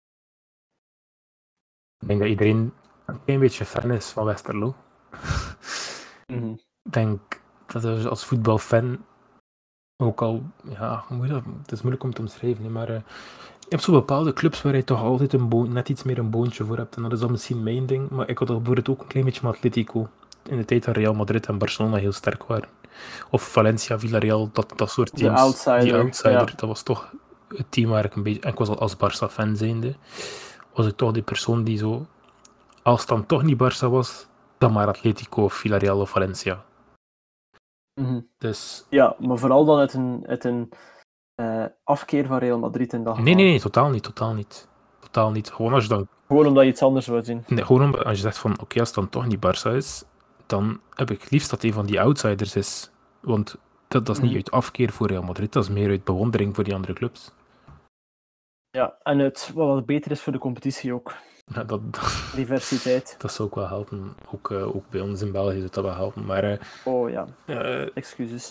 Ik denk dat iedereen een klein beetje fan is van Westerlo. Mm-hmm. Ik denk dat je als voetbalfan ook al... Ja, hoe moet je dat? Het is moeilijk om te omschrijven, hè, maar... Uh, je hebt zo bepaalde clubs waar je toch altijd een bo- net iets meer een boontje voor hebt. En dat is dan misschien mijn ding. Maar ik had bijvoorbeeld ook een klein beetje met Atletico. In de tijd dat Real Madrid en Barcelona heel sterk waren. Of Valencia, Villarreal, dat, dat soort teams. De outsider. Die outsider, ja. dat was toch het team waar ik een beetje... En ik was al als Barça-fan zijnde. Was ik toch die persoon die zo... Als het dan toch niet Barça was, dan maar Atletico of Villarreal of Valencia. Mm-hmm. Dus... Ja, maar vooral dan uit een... Uit een Uh, afkeer van Real Madrid in dat Nee, nee, nee, totaal niet, totaal niet. Totaal niet. Gewoon als je dan... Gewoon omdat je iets anders wil zien. Nee, gewoon omdat als je zegt van, oké, okay, als het dan toch niet Barça is, dan heb ik liefst dat een van die outsiders is. Want dat, dat is niet mm. uit afkeer voor Real Madrid, dat is meer uit bewondering voor die andere clubs. Ja, en het wat wat beter is voor de competitie ook. Ja, dat, dat, diversiteit. Dat zou ook wel helpen. Ook, uh, ook bij ons in België zou dat wel helpen. Maar, uh, oh ja, uh, excuses.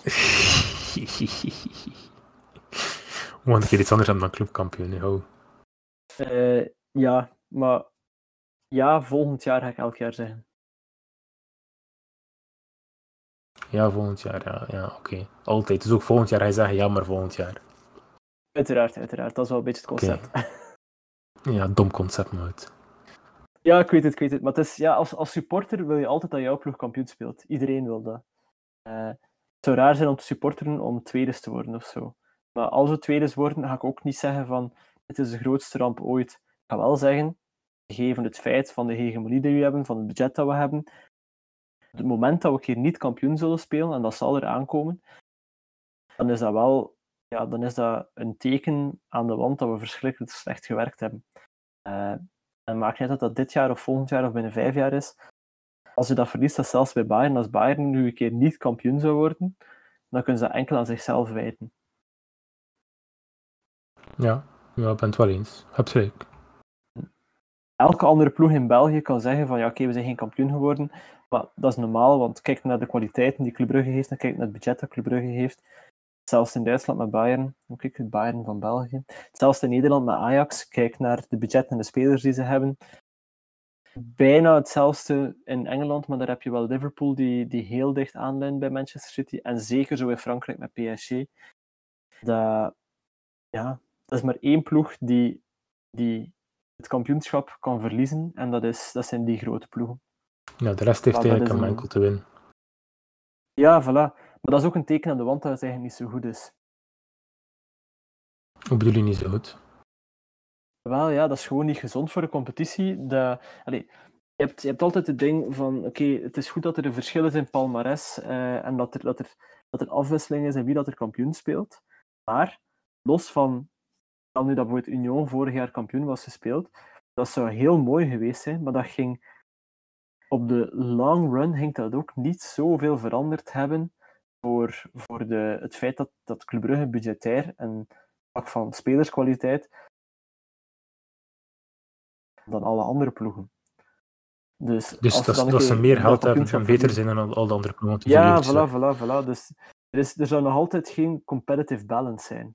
Want ik iets anders hebben dan clubkampioen. Oh. Uh, ja, maar ja, volgend jaar ga ik elk jaar zeggen. Ja, volgend jaar, ja, ja oké. Okay. Altijd. Dus ook volgend jaar ga je zeggen ja, maar volgend jaar. Uiteraard, uiteraard. Dat is wel een beetje het concept. Okay. Ja, dom concept nooit. Ja, ik weet het, ik weet het. Maar het is, ja, als, als supporter wil je altijd dat jouw ploeg kampioen speelt. Iedereen wil dat. Uh, het zou raar zijn om te supporteren om tweede te worden of zo. Maar als we tweede worden, ga ik ook niet zeggen van het is de grootste ramp ooit. Ik ga wel zeggen, gegeven het feit van de hegemonie die we hebben, van het budget dat we hebben, op het moment dat we een keer niet kampioen zullen spelen, en dat zal er aankomen, dan is dat wel ja, dan is dat een teken aan de wand dat we verschrikkelijk slecht gewerkt hebben. Uh, en maakt niet uit dat dat dit jaar of volgend jaar of binnen vijf jaar is. Als je dat verliest, dat zelfs bij Bayern, als Bayern nu een keer niet kampioen zou worden, dan kunnen ze dat enkel aan zichzelf wijten. Ja, ja, ik ben het wel eens. Heb gelijk. Elke andere ploeg in België kan zeggen van ja, oké, okay, we zijn geen kampioen geworden. Maar dat is normaal, want kijk naar de kwaliteiten die Club Brugge heeft en kijk naar het budget dat Club Brugge heeft. Zelfs in Duitsland met Bayern, ook ik het Bayern van België. Zelfs in Nederland met Ajax, kijk naar de budget en de spelers die ze hebben. Bijna hetzelfde in Engeland, maar daar heb je wel Liverpool die, die heel dicht aanleunt bij Manchester City. En zeker zo in Frankrijk met P S G. Dat, ja, dat is maar één ploeg die, die het kampioenschap kan verliezen. En dat, is, dat zijn die grote ploegen. Ja, de rest heeft eigenlijk een enkel te winnen. Ja, voilà. Maar dat is ook een teken aan de wand dat het eigenlijk niet zo goed is. Hoe bedoel je niet zo goed? Wel ja, dat is gewoon niet gezond voor de competitie. De, allee, je, hebt, je hebt altijd het ding van, oké, okay, het is goed dat er een verschil is in palmarès uh, en dat er, dat, er, dat er afwisseling is in wie dat er kampioen speelt. Maar, los van, dan nu dat bijvoorbeeld Union vorig jaar kampioen was gespeeld, dat zou heel mooi geweest zijn, maar dat ging op de long run ging dat ook niet zoveel veranderd hebben voor, voor de, het feit dat, dat Club Brugge budgetair en pak van spelerskwaliteit dan alle andere ploegen. Dus, dus dat, dat ze meer geld hebben en beter zijn dan al de andere ploegen. Ja, voilà, voilà, voilà. Dus er, is, er zou nog altijd geen competitive balance zijn.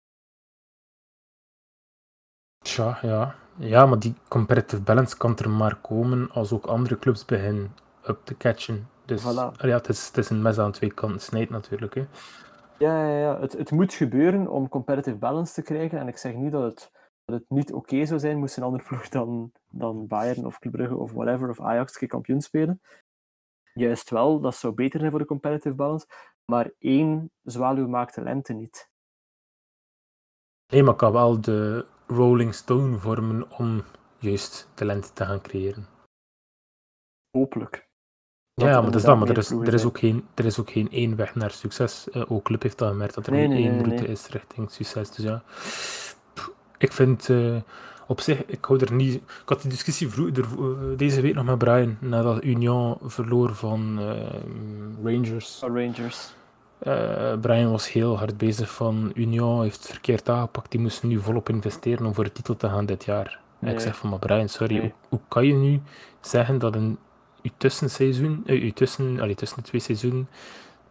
Tja, ja. Ja, maar die competitive balance kan er maar komen als ook andere clubs beginnen up te catchen. Dus voilà. ja, het is, het is een mes aan twee kanten snijdt natuurlijk. Hè. Ja, ja, ja. Het, het moet gebeuren om competitive balance te krijgen. En ik zeg niet dat het, dat het niet oké okay zou zijn moest een andere ploeg dan, dan Bayern of Club Brugge of whatever, of Ajax geen kampioen spelen. Juist wel, dat zou beter zijn voor de competitive balance. Maar één zwaluw maakt de lente niet. Nee, maar kan wel de Rolling Stone vormen om juist de lente te gaan creëren. Hopelijk. Ja, ja maar dat is dat, maar er is, er, is ook geen, er is ook geen één weg naar succes. Uh, ook Club heeft al gemerkt dat er nee, niet nee, één nee, route nee. is richting succes. Dus ja, ik vind uh, op zich, ik hou er niet... Ik had die discussie vroeger, uh, deze week nog met Brian, nadat Union verloor van uh, Rangers. Oh, Rangers. Uh, Brian was heel hard bezig van Union heeft het verkeerd aangepakt, die moesten nu volop investeren om voor de titel te gaan dit jaar. Nee. En ik zeg van, maar Brian, sorry, nee. hoe, hoe kan je nu zeggen dat een je tussenseizoen, uh, je tussen, allee, tussen de twee seizoenen,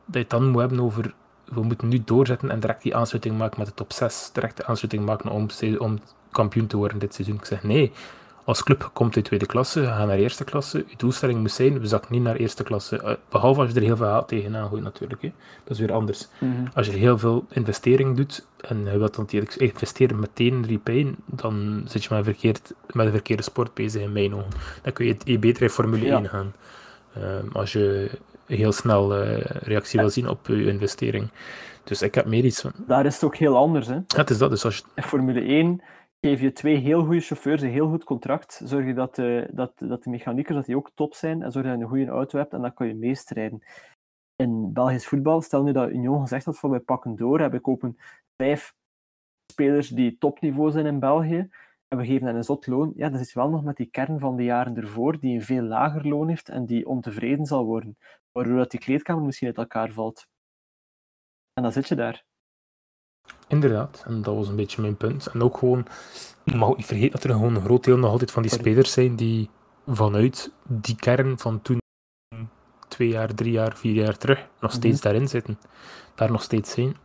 dat je het dan moet hebben over we moeten nu doorzetten en direct die aansluiting maken met de top zes, direct de aansluiting maken om, om kampioen te worden dit seizoen. Ik zeg nee, als club komt uit tweede klasse, ga naar eerste klasse, je doelstelling moet zijn, we zakken niet naar eerste klasse, behalve als je er heel veel haat tegenaan gooit natuurlijk, hè. Dat is weer anders. Mm-hmm. Als je heel veel investering doet en je wilt dan investeren meteen repayen, dan zit je met, verkeerd, met een verkeerde sport bezig in mijn ogen. Dan kun je, je beter in Formule ja. één gaan. Um, als je heel snel uh, reactie wil zien op je investering. Dus ik heb meer iets van... Daar is het ook heel anders, hè? Ja, het is dat. Dus als je... In Formule één geef je twee heel goede chauffeurs een heel goed contract. Zorg je dat de, dat, dat de mechaniekers dat die ook top zijn en zorg dat je een goede auto hebt en dan kan je meestrijden. In Belgisch voetbal, stel nu dat Union gezegd had van wij pakken door, we kopen vijf spelers die topniveau zijn in België en we geven hen een zot loon. Ja, dan zit je wel nog met die kern van de jaren ervoor die een veel lager loon heeft en die ontevreden zal worden. Waardoor dat die kleedkamer misschien uit elkaar valt. En dan zit je daar. Inderdaad, en dat was een beetje mijn punt. En ook gewoon, je mag ook niet vergeten dat er gewoon een groot deel nog altijd van die Sorry. spelers zijn die vanuit die kern van toen, twee jaar, drie jaar, vier jaar terug, nog steeds mm-hmm. daarin zitten. Daar nog steeds zijn.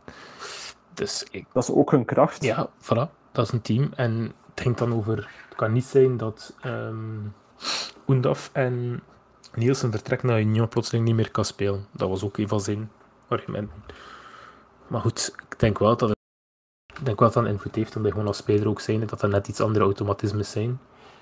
Dus ik... Dat is ook hun kracht. Ja, voilà. Dat is een team. En het ging dan over... Het kan niet zijn dat um, Oendaf en Nielsen vertrek naar Union plotseling niet meer kan spelen. Dat was ook een van zijn argumenten. Maar goed, ik denk wel dat het, ik denk wel dat het invloed heeft, omdat je gewoon als speler ook zijn, dat er net iets andere automatismes zijn.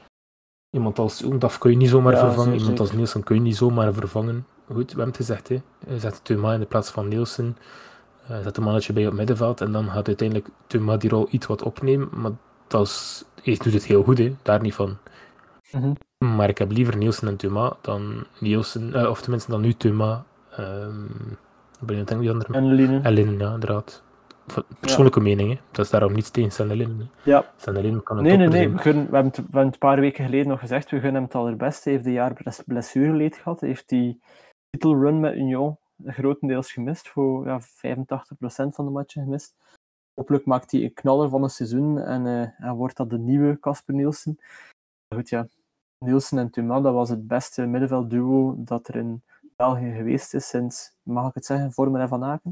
Iemand als Oendaf kun je niet zomaar ja, vervangen, iemand zeker. als Nielsen kun je niet zomaar vervangen. Goed, we hebben het gezegd, hè. Zet Thuma in de plaats van Nielsen, uh, zet een mannetje bij op middenveld en dan gaat uiteindelijk Thuma die rol iets wat opnemen, maar dat is, hij doet het heel goed, hè. Daar niet van. Mm-hmm. Maar ik heb liever Nielsen en Thuma dan Nielsen, uh, of tenminste dan nu Thuma. Um, ben je denk die andere? En Linnen. En Linnen, ja, inderdaad. Persoonlijke ja. mening, hè. Dat is daarom niets tegen Stijn Linnen. Ja. Stijn Linnen kan een nee, nee, nee. zijn. We, gunnen, we, hebben het, we hebben het een paar weken geleden nog gezegd, we gunnen hem het allerbeste. Hij heeft een jaar blessureleed gehad. Hij heeft die titelrun met Union grotendeels gemist, voor ja, vijfentachtig procent van de matchen gemist. Hopelijk maakt hij een knaller van een seizoen en, uh, en wordt dat de nieuwe Casper Nielsen. Goed, ja. Nielsen en Thuma, dat was het beste middenveldduo dat er in België geweest is sinds, mag ik het zeggen, Vormer en Van Aken?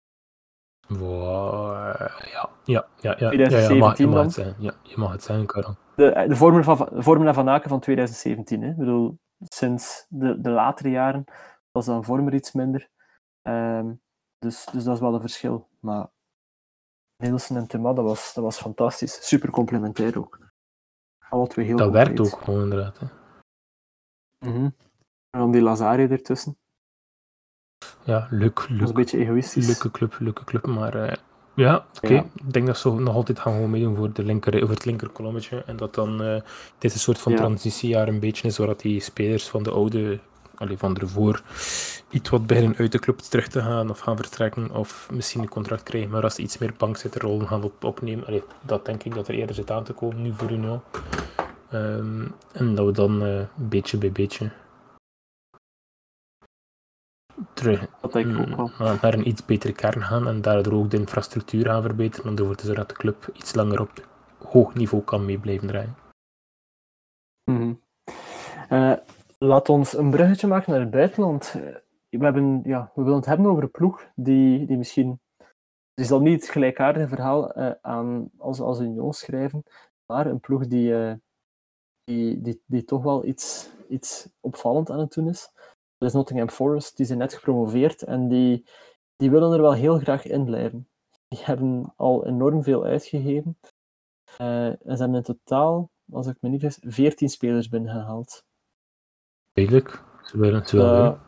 Wow, ja, ja, ja, ja. twintig zeventien ja, ja, je mag, je mag dan. het zeggen. Ja, je mag het zeggen, Karel. De, de Vormer van, Vormer en Van Aken van twintig zeventien. Hè. Ik bedoel, sinds de, de latere jaren was dan Vormer iets minder. Um, dus, dus dat is wel een verschil. Maar Nielsen en Thuma, dat was, dat was fantastisch. Super complementair ook. Alle twee heel dat compleet. werkt ook gewoon inderdaad. Hè. Mm-hmm. En dan die Lazare ertussen. Ja, leuk. leuk. Dat is een beetje egoïstisch. Leuke club, leuke club, maar uh, ja, oké. Okay. Ja. Ik denk dat ze nog altijd gaan gewoon meedoen voor, de linker, voor het linkerkolommetje. En dat dan uh, dit een soort van ja. transitiejaar een beetje is, waar dat die spelers van de oude, allee, van ervoor, iets wat beginnen uit de club terug te gaan of gaan vertrekken of misschien een contract krijgen, maar als ze iets meer bankzitterrollen gaan op, opnemen, allee, dat denk ik dat er eerder zit aan te komen nu voor Union. Um, en dat we dan uh, beetje bij beetje terug dat denk ik ook wel. naar een iets betere kern gaan en daardoor ook de infrastructuur gaan verbeteren om ervoor te zorgen dat de club iets langer op hoog niveau kan mee blijven draaien. Mm-hmm. Uh, laat ons een bruggetje maken naar het buitenland. Uh, we, hebben, ja, we willen het hebben over een ploeg die, die misschien... Het is al niet het gelijkaardige verhaal uh, aan, als, als Union schrijven, maar een ploeg die, uh, die, die, die toch wel iets, iets opvallend aan het doen is. Dat is Nottingham Forest, die zijn net gepromoveerd en die, die willen er wel heel graag in blijven. Die hebben al enorm veel uitgegeven. Uh, en ze hebben in totaal, als ik me niet vergis, veertien spelers binnengehaald. Redelijk, ze willen het wel uh,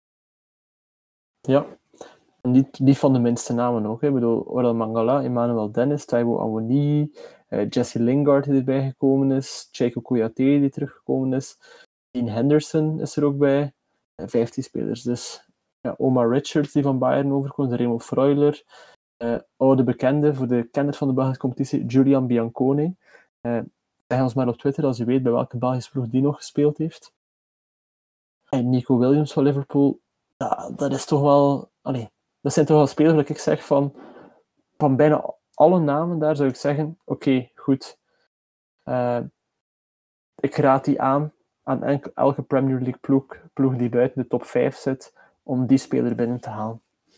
Ja, en niet, niet van de minste namen ook. Hè. Ik bedoel, Orel Mangala, Emmanuel Dennis, Taiwo Awoniyi, uh, Jesse Lingard die erbij gekomen is, Cheiko Kouyaté die teruggekomen is, Dean Henderson is er ook bij. vijftien spelers. Dus ja, Omar Richards die van Bayern overkomt, Remo Freuler, uh, oude bekende voor de kenners van de Belgische competitie, Julian Biancone. Uh, zeg ons maar op Twitter als je weet bij welke Belgische ploeg die nog gespeeld heeft. En Nico Williams van Liverpool, ja, dat is toch wel... Allee, dat zijn toch wel spelers dat ik zeg van van bijna alle namen daar zou ik zeggen, oké, okay, goed. Uh, ik raad die aan aan elke Premier League ploeg, ploeg die buiten de top vijf zit, om die speler binnen te halen.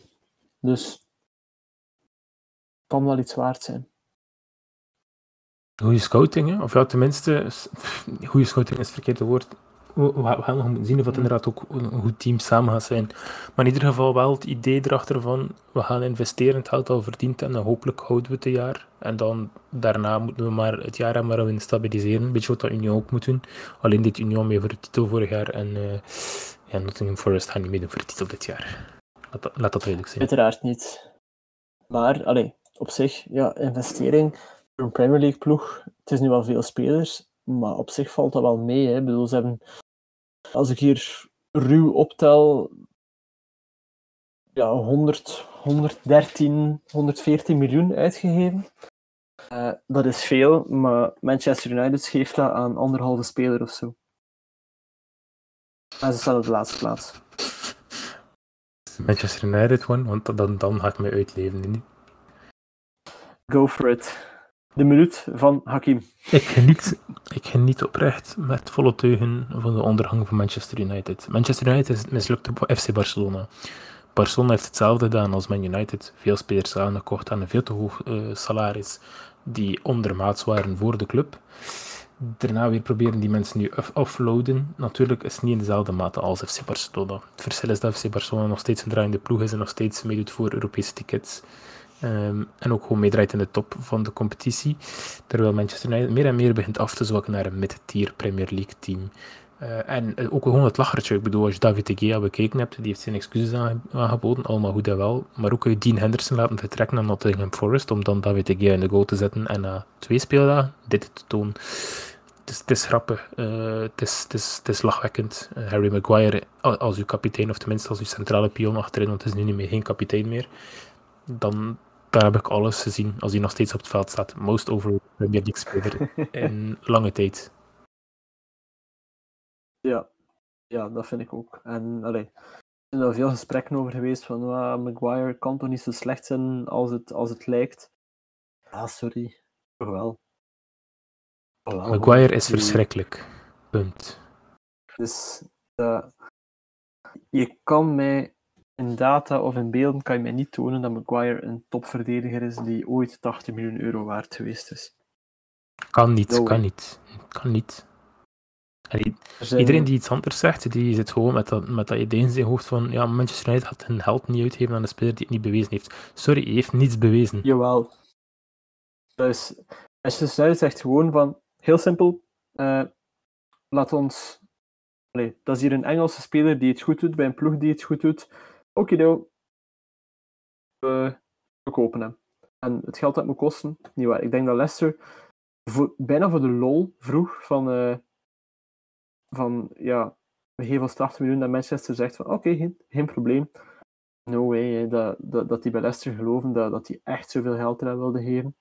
Dus kan wel iets waard zijn. Goede scouting, hè? Of ja, tenminste, goede scouting is het verkeerde woord. We, we gaan nog moeten zien of het inderdaad ook een goed team samen gaat zijn. Maar in ieder geval wel het idee erachter van, we gaan investeren, het geld al verdiend en hopelijk houden we het een jaar. En dan daarna moeten we maar het jaar hebben waar we stabiliseren. Een beetje wat dat Union ook moet doen. Alleen dit Union mee voor de titel vorig jaar en uh, ja, Nottingham Forest gaat niet meedoen voor de titel dit jaar. Laat dat, laat dat duidelijk zijn. Uiteraard niet. Maar, allee, op zich, ja, investering voor een Premier League ploeg, het is nu wel veel spelers, maar op zich valt dat wel mee. Hè. Ik bedoel, ze hebben, als ik hier ruw optel, ja, honderd, honderddertien, honderdveertien miljoen uitgegeven. Uh, dat is veel, maar Manchester United geeft dat aan anderhalve speler of zo. En ze staan op de laatste plaats. Manchester United one, want dan, dan ga ik mij uitleven. Niet? Go for it. De minuut van Hakim. Ik geniet, ik geniet oprecht met volle teugen van de ondergang van Manchester United. Manchester United is mislukt op F C Barcelona. Barcelona heeft hetzelfde gedaan als Man United. Veel spelers aangekocht aan een veel te hoog uh, salaris die ondermaats waren voor de club. Daarna weer proberen die mensen nu offloaden. Natuurlijk is het niet in dezelfde mate als F C Barcelona. Het verschil is dat F C Barcelona nog steeds een draaiende ploeg is en nog steeds meedoet voor Europese tickets. Um, en ook gewoon meedraait in de top van de competitie. Terwijl Manchester United meer en meer begint af te zwakken naar een mid-tier Premier League team. Uh, en uh, ook gewoon het lachertje. Ik bedoel, als je David de Gea bekeken hebt, die heeft zijn excuses aangeboden, allemaal goed en wel. Maar ook kun je Dean Henderson laten vertrekken naar Nottingham Forest, om dan David de Gea in de goal te zetten en na uh, twee speeldagen dit te tonen. Het is, het is grappig, uh, het, is, het, is, het is lachwekkend. Uh, Harry Maguire als uw kapitein, of tenminste als uw centrale pion achterin, want het is nu niet meer geen kapitein meer, dan daar heb ik alles gezien als hij nog steeds op het veld staat. Most overrated Premier League speler in lange tijd. Ja, ja, dat vind ik ook. En allee, er zijn er veel gesprekken over geweest van uh, Maguire kan toch niet zo slecht zijn als het, als het lijkt. Ah, sorry. Toch wel. Toch wel Maguire man. Is die... verschrikkelijk. Punt. Dus uh, je kan mij in data of in beelden kan je mij niet tonen dat Maguire een topverdediger is die ooit tachtig miljoen euro waard geweest is. Kan niet, no kan niet. Kan niet. En zijn... Iedereen die iets anders zegt, die zit gewoon met dat, met dat idee in zijn hoofd van ja, Manchester United gaat hun geld niet uitgeven aan een speler die het niet bewezen heeft. Sorry, hij heeft niets bewezen. Jawel. Dus Manchester United zegt gewoon van, heel simpel, uh, laat ons... Nee, dat is hier een Engelse speler die het goed doet, bij een ploeg die het goed doet. Okido, we, we kopen hem. En het geld dat moet kosten, niet waar. Ik denk dat Leicester voor, bijna voor de lol vroeg van... Uh, van, ja, we geven ons tachtig miljoen en Manchester zegt van, oké, okay, geen, geen probleem. No way, hè, dat, dat, dat die bij Leicester geloven dat, dat die echt zoveel geld eraan wilden geven.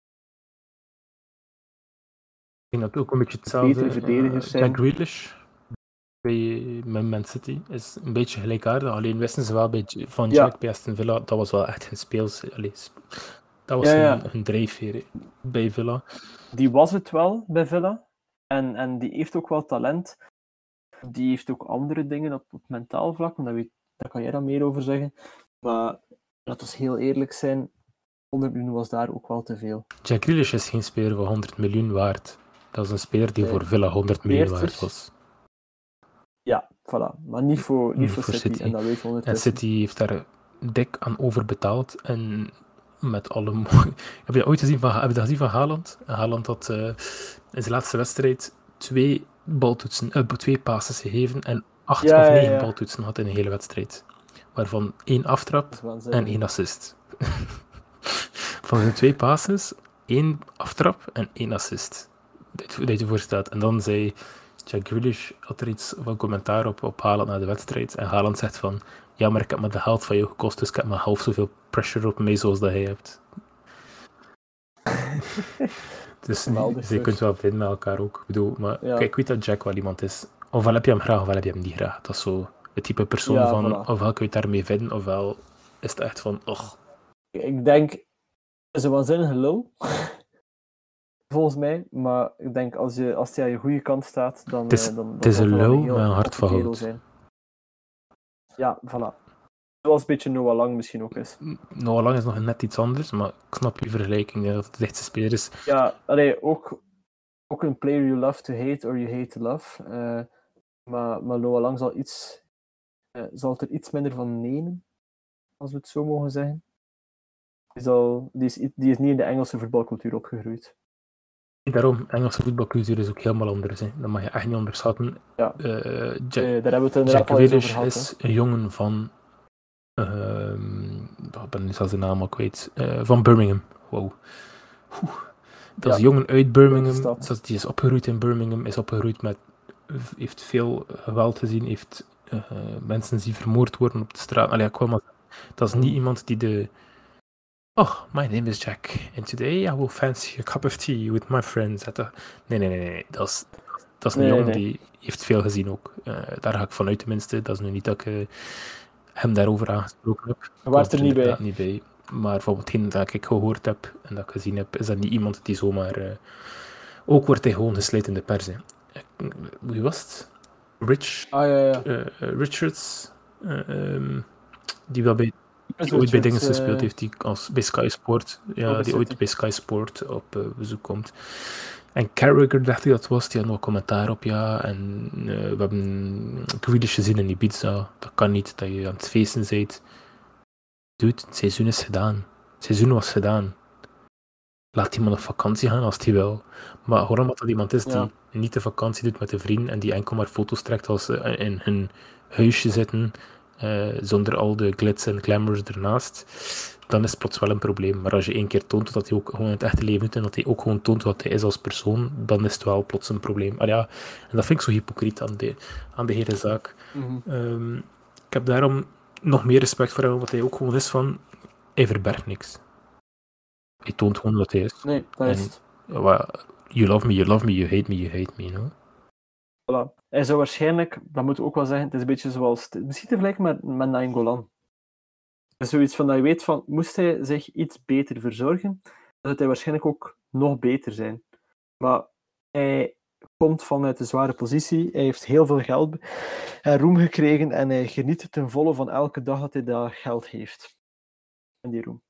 Ik denk dat ook een beetje hetzelfde. Uh, Jack Grealish bij Man City is een beetje gelijkaardig, alleen wisten ze wel bij, van Jack ja. bij Aston Villa, dat was wel echt een speels... Allee, dat was ja, ja. een, een drijfveer bij Villa. Die was het wel bij Villa. En, en die heeft ook wel talent. Die heeft ook andere dingen op, op mentaal vlak. Daar, weet, daar kan jij dan meer over zeggen. Maar laten we heel eerlijk zijn. honderd miljoen was daar ook wel te veel. Jack Grealish is geen speler van honderd miljoen waard. Dat is een speler die nee. voor Villa honderd miljoen waard was. Ja, voilà. Maar niet voor, niet niet voor, voor City. City. En, dat weet en City heeft daar dik aan overbetaald. En met alle... Mo- heb je ooit gezien van, heb je dat gezien van Haaland? Haaland had uh, in zijn laatste wedstrijd twee baltoetsen, uh, twee passes gegeven en acht ja, of negen ja, ja. baltoetsen had in een hele wedstrijd. Waarvan één aftrap en één assist. Van de twee passes, één aftrap en één assist. Dat je je voorstelt. En dan zei Jack Grealish, had er iets van commentaar op, op Haaland na de wedstrijd. En Haaland zegt van, ja, maar ik heb me de helft van jou gekost, dus ik heb maar half zoveel pressure op mij zoals dat jij hebt. Dus je kunt wel vinden met elkaar ook. Ik bedoel, maar ja. Kijk, ik weet dat Jack wel iemand is. Ofwel heb je hem graag, ofwel heb je hem niet graag. Dat is zo het type persoon ja, van, voilà. Ofwel kun je het daarmee vinden, ofwel is het echt van, och. Ik denk, het is een waanzinnige lul. Volgens mij, maar ik denk als je als hij aan je goede kant staat, dan... Het is, uh, dan, het is een lul met een hart van hout. Ja, voilà. Zoals een beetje Noah Lang misschien ook is. Noah Lang is nog net iets anders, maar ik snap je vergelijking, dat het de dichtste speler is. Ja, allee, ook, ook een player you love to hate or you hate to love. Uh, maar, maar Noah Lang zal, iets, uh, zal er iets minder van nemen, als we het zo mogen zeggen. Die, zal, die, is, die is niet in de Engelse voetbalcultuur opgegroeid. Daarom, Engelse voetbalcultuur is ook helemaal anders. Hè. Dat mag je echt niet onderschatten. Ja. Uh, Jack, uh, daar hebben we het inderdaad Jack al eens over Grealish gehad. is Hè. een jongen van... Uh, ik ben nu zelfs de naam al kwijt. Uh, van Birmingham. Wow. Oeh. Dat is ja. een jongen uit Birmingham. Dat, die is opgegroeid in Birmingham. Is opgegroeid met... Heeft veel geweld gezien. Heeft uh, mensen die vermoord worden op de straat. Allee, ik wil maar... Dat is niet mm. iemand die de... Oh, my name is Jack. And today I will fancy a cup of tea with my friends. Nee, nee, nee. nee. Dat is, dat is een nee, jongen nee. die heeft veel gezien ook. Uh, daar ga ik vanuit tenminste. Dat is nu niet dat ik uh, hem daarover aangesproken heb. Je was er niet bij. niet bij. Maar van hetgeen dat ik gehoord heb en dat ik gezien heb, is dat niet iemand die zomaar... Uh, ook wordt hij gewoon gesleept in de pers. Hè. Wie was het? Rich... Ah, ja, ja. Uh, Richards. Uh, um, die wel bij... Die ooit bij dingen uh, gespeeld heeft, die als, bij Sky Sport, ja, die City. ooit bij Sky Sport op uh, bezoek komt. En Carragher, dacht ik dat was, die had nog commentaar op, ja. En uh, we hebben Grealish gezien in Ibiza. Dat kan niet, dat je aan het feesten bent. Dude, het seizoen is gedaan. Het seizoen was gedaan. Laat iemand op vakantie gaan als hij wil. Maar hoor omdat dat iemand is die ja. niet de vakantie doet met de vrienden en die enkel maar foto's trekt als ze in hun huisje zitten... Uh, zonder al de glitz en glamours ernaast, dan is het plots wel een probleem. Maar als je één keer toont dat hij ook gewoon in het echte leven doet en dat hij ook gewoon toont wat hij is als persoon, dan is het wel plots een probleem. Maar ja, en dat vind ik zo hypocriet aan de, aan de hele zaak. Mm-hmm. Um, ik heb daarom nog meer respect voor hem, omdat hij ook gewoon is van, hij verbergt niks. Hij toont gewoon wat hij is. Nee, dat is het. En, well, you love me, you love me, you hate me, you hate me, no? Voilà. Hij zou waarschijnlijk, dat moeten we ook wel zeggen, het is een beetje zoals, misschien te vergelijken met, met Nainggolan. Het is zoiets van dat je weet van, moest hij zich iets beter verzorgen, dan zou hij waarschijnlijk ook nog beter zijn. Maar hij komt vanuit een zware positie, hij heeft heel veel geld en roem gekregen en hij geniet ten volle van elke dag dat hij dat geld heeft. En die roem.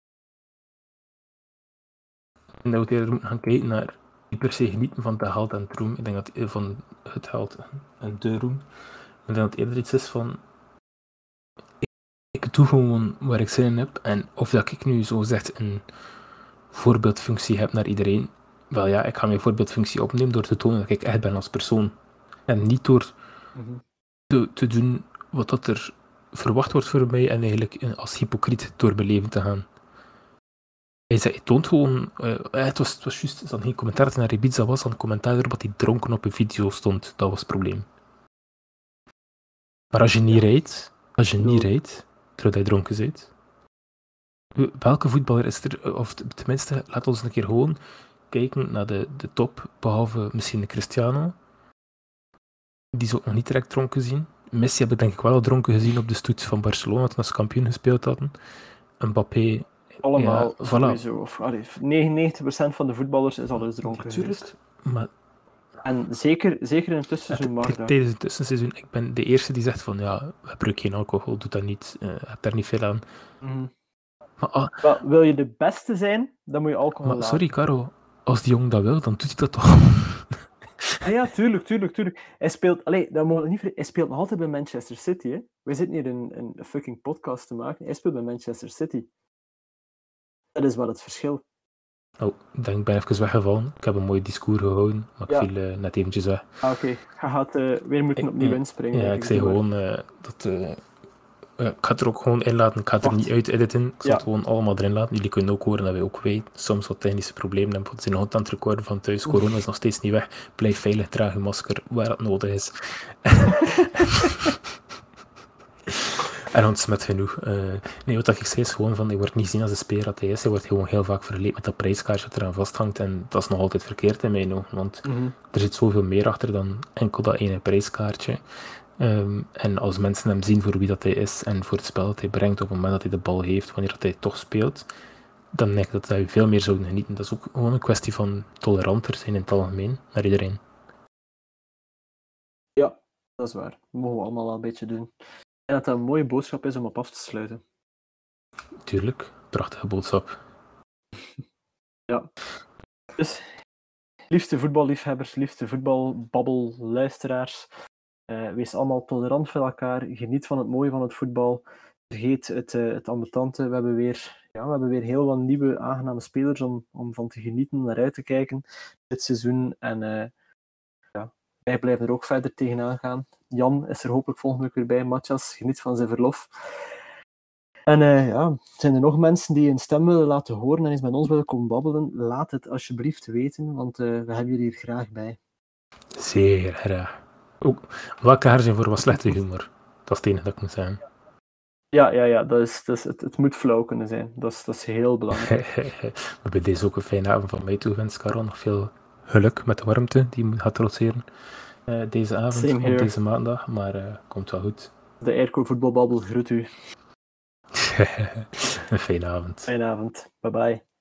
En dat we er gaan kijken naar niet per se genieten van het geld en het roem. Ik denk dat van het geld en de roem. Ik denk dat het eerder iets is van... Ik, ik doe gewoon waar ik zin in heb. En of dat ik nu zo zegt een voorbeeldfunctie heb naar iedereen. Wel ja, ik ga mijn voorbeeldfunctie opnemen door te tonen dat ik echt ben als persoon. En niet door mm-hmm. te, te doen wat dat er verwacht wordt voor mij. En eigenlijk als hypocriet door mijn leven te gaan. Hij, zei, hij toont gewoon... Uh, het was, het was juist dan geen commentaar dat hij naar Ibiza was, dan een commentaar erop dat hij dronken op een video stond. Dat was het probleem. Maar als je niet ja. rijdt, als je niet rijdt, terwijl hij dronken zit, welke voetballer is er, of tenminste, laat ons een keer gewoon kijken naar de, de top, behalve misschien de Cristiano, die ze ook nog niet direct dronken zien. Messi heb ik denk ik wel al dronken gezien op de stoet van Barcelona, toen ze kampioen gespeeld hadden. Mbappé... Allemaal, ja, sowieso. Voilà. Of, allee, negenennegentig procent van de voetballers is al eens dronken geweest. Maar... En zeker, zeker in het tussenseizoen mag dat. Tijdens het tussenseizoen, ik ben de eerste die zegt van, ja, gebruik geen alcohol, doe dat niet, uh, heb daar niet veel aan. Mm. Maar, uh, well, wil je de beste zijn, dan moet je alcohol maar, laten. Sorry, Caro, als die jongen dat wil, dan doet hij dat toch. Ah ja, tuurlijk, tuurlijk, tuurlijk. Hij speelt, allee, dat moet niet ver... hij speelt nog altijd bij Manchester City, hè. Wij zitten hier een, een fucking podcast te maken. Hij speelt bij Manchester City. Dat is wel het verschil. Oh, ik denk, ik ben even weggevallen. Ik heb een mooi discours gehouden, maar ik ja. viel uh, net eventjes weg. Ah, oké. Okay. Je gaat uh, weer moeten ik, opnieuw uh, inspringen. Ja, ik, ik zei gewoon uh, dat... Uh, uh, ik ga het er ook gewoon in laten. Ik ga het Wacht. er niet uit editen. Ik zal ja. het gewoon allemaal erin laten. Jullie kunnen ook horen dat wij ook wij soms wat technische problemen hebben. We zijn nog aan het recorden van thuis. Oef. Corona is nog steeds niet weg. Blijf veilig, draag je masker waar het nodig is. En ontsmet genoeg. Uh, nee, wat ik zei is gewoon van, hij wordt niet gezien als de speler dat hij is. Hij wordt gewoon heel vaak vergeleken met dat prijskaartje dat eraan vasthangt. En dat is nog altijd verkeerd in mijn ogen. Want mm-hmm. er zit zoveel meer achter dan enkel dat ene prijskaartje. Um, en als mensen hem zien voor wie dat hij is en voor het spel dat hij brengt op het moment dat hij de bal heeft, wanneer dat hij toch speelt, dan denk ik dat hij veel meer zou genieten. Dat is ook gewoon een kwestie van toleranter zijn in het algemeen naar iedereen. Ja, dat is waar. Dat mogen we allemaal wel een beetje doen. dat dat een mooie boodschap is om op af te sluiten. Tuurlijk, prachtige boodschap. Ja. Dus, liefste voetballiefhebbers, liefste voetbalbabbel-luisteraars, uh, wees allemaal tolerant voor elkaar, geniet van het mooie van het voetbal, vergeet het, uh, het ambetante. We hebben, weer, ja, we hebben weer heel wat nieuwe, aangename spelers om, om van te genieten, naar uit te kijken dit seizoen. En uh, ja, wij blijven er ook verder tegenaan gaan. Jan is er hopelijk volgende week weer bij. Matthias geniet van zijn verlof. En uh, ja, zijn er nog mensen die een stem willen laten horen en eens met ons willen komen babbelen? Laat het alsjeblieft weten, want uh, we hebben jullie hier graag bij. Zeer graag. Ook welke haar zijn voor wat slechte humor? Dat is het enige dat ik moet zeggen. Ja, ja, ja dat is, dat is, het, het moet flauw kunnen zijn. Dat is, dat is heel belangrijk. We hebben deze ook een fijne avond van mij toegewenst, Karel. Nog veel geluk met de warmte die gaat trotseren uh, deze avond, op deze maandag. Maar uh, komt wel goed. De Airco voetbalbabbel groet u. Een fijne avond. Fijne avond. Bye bye.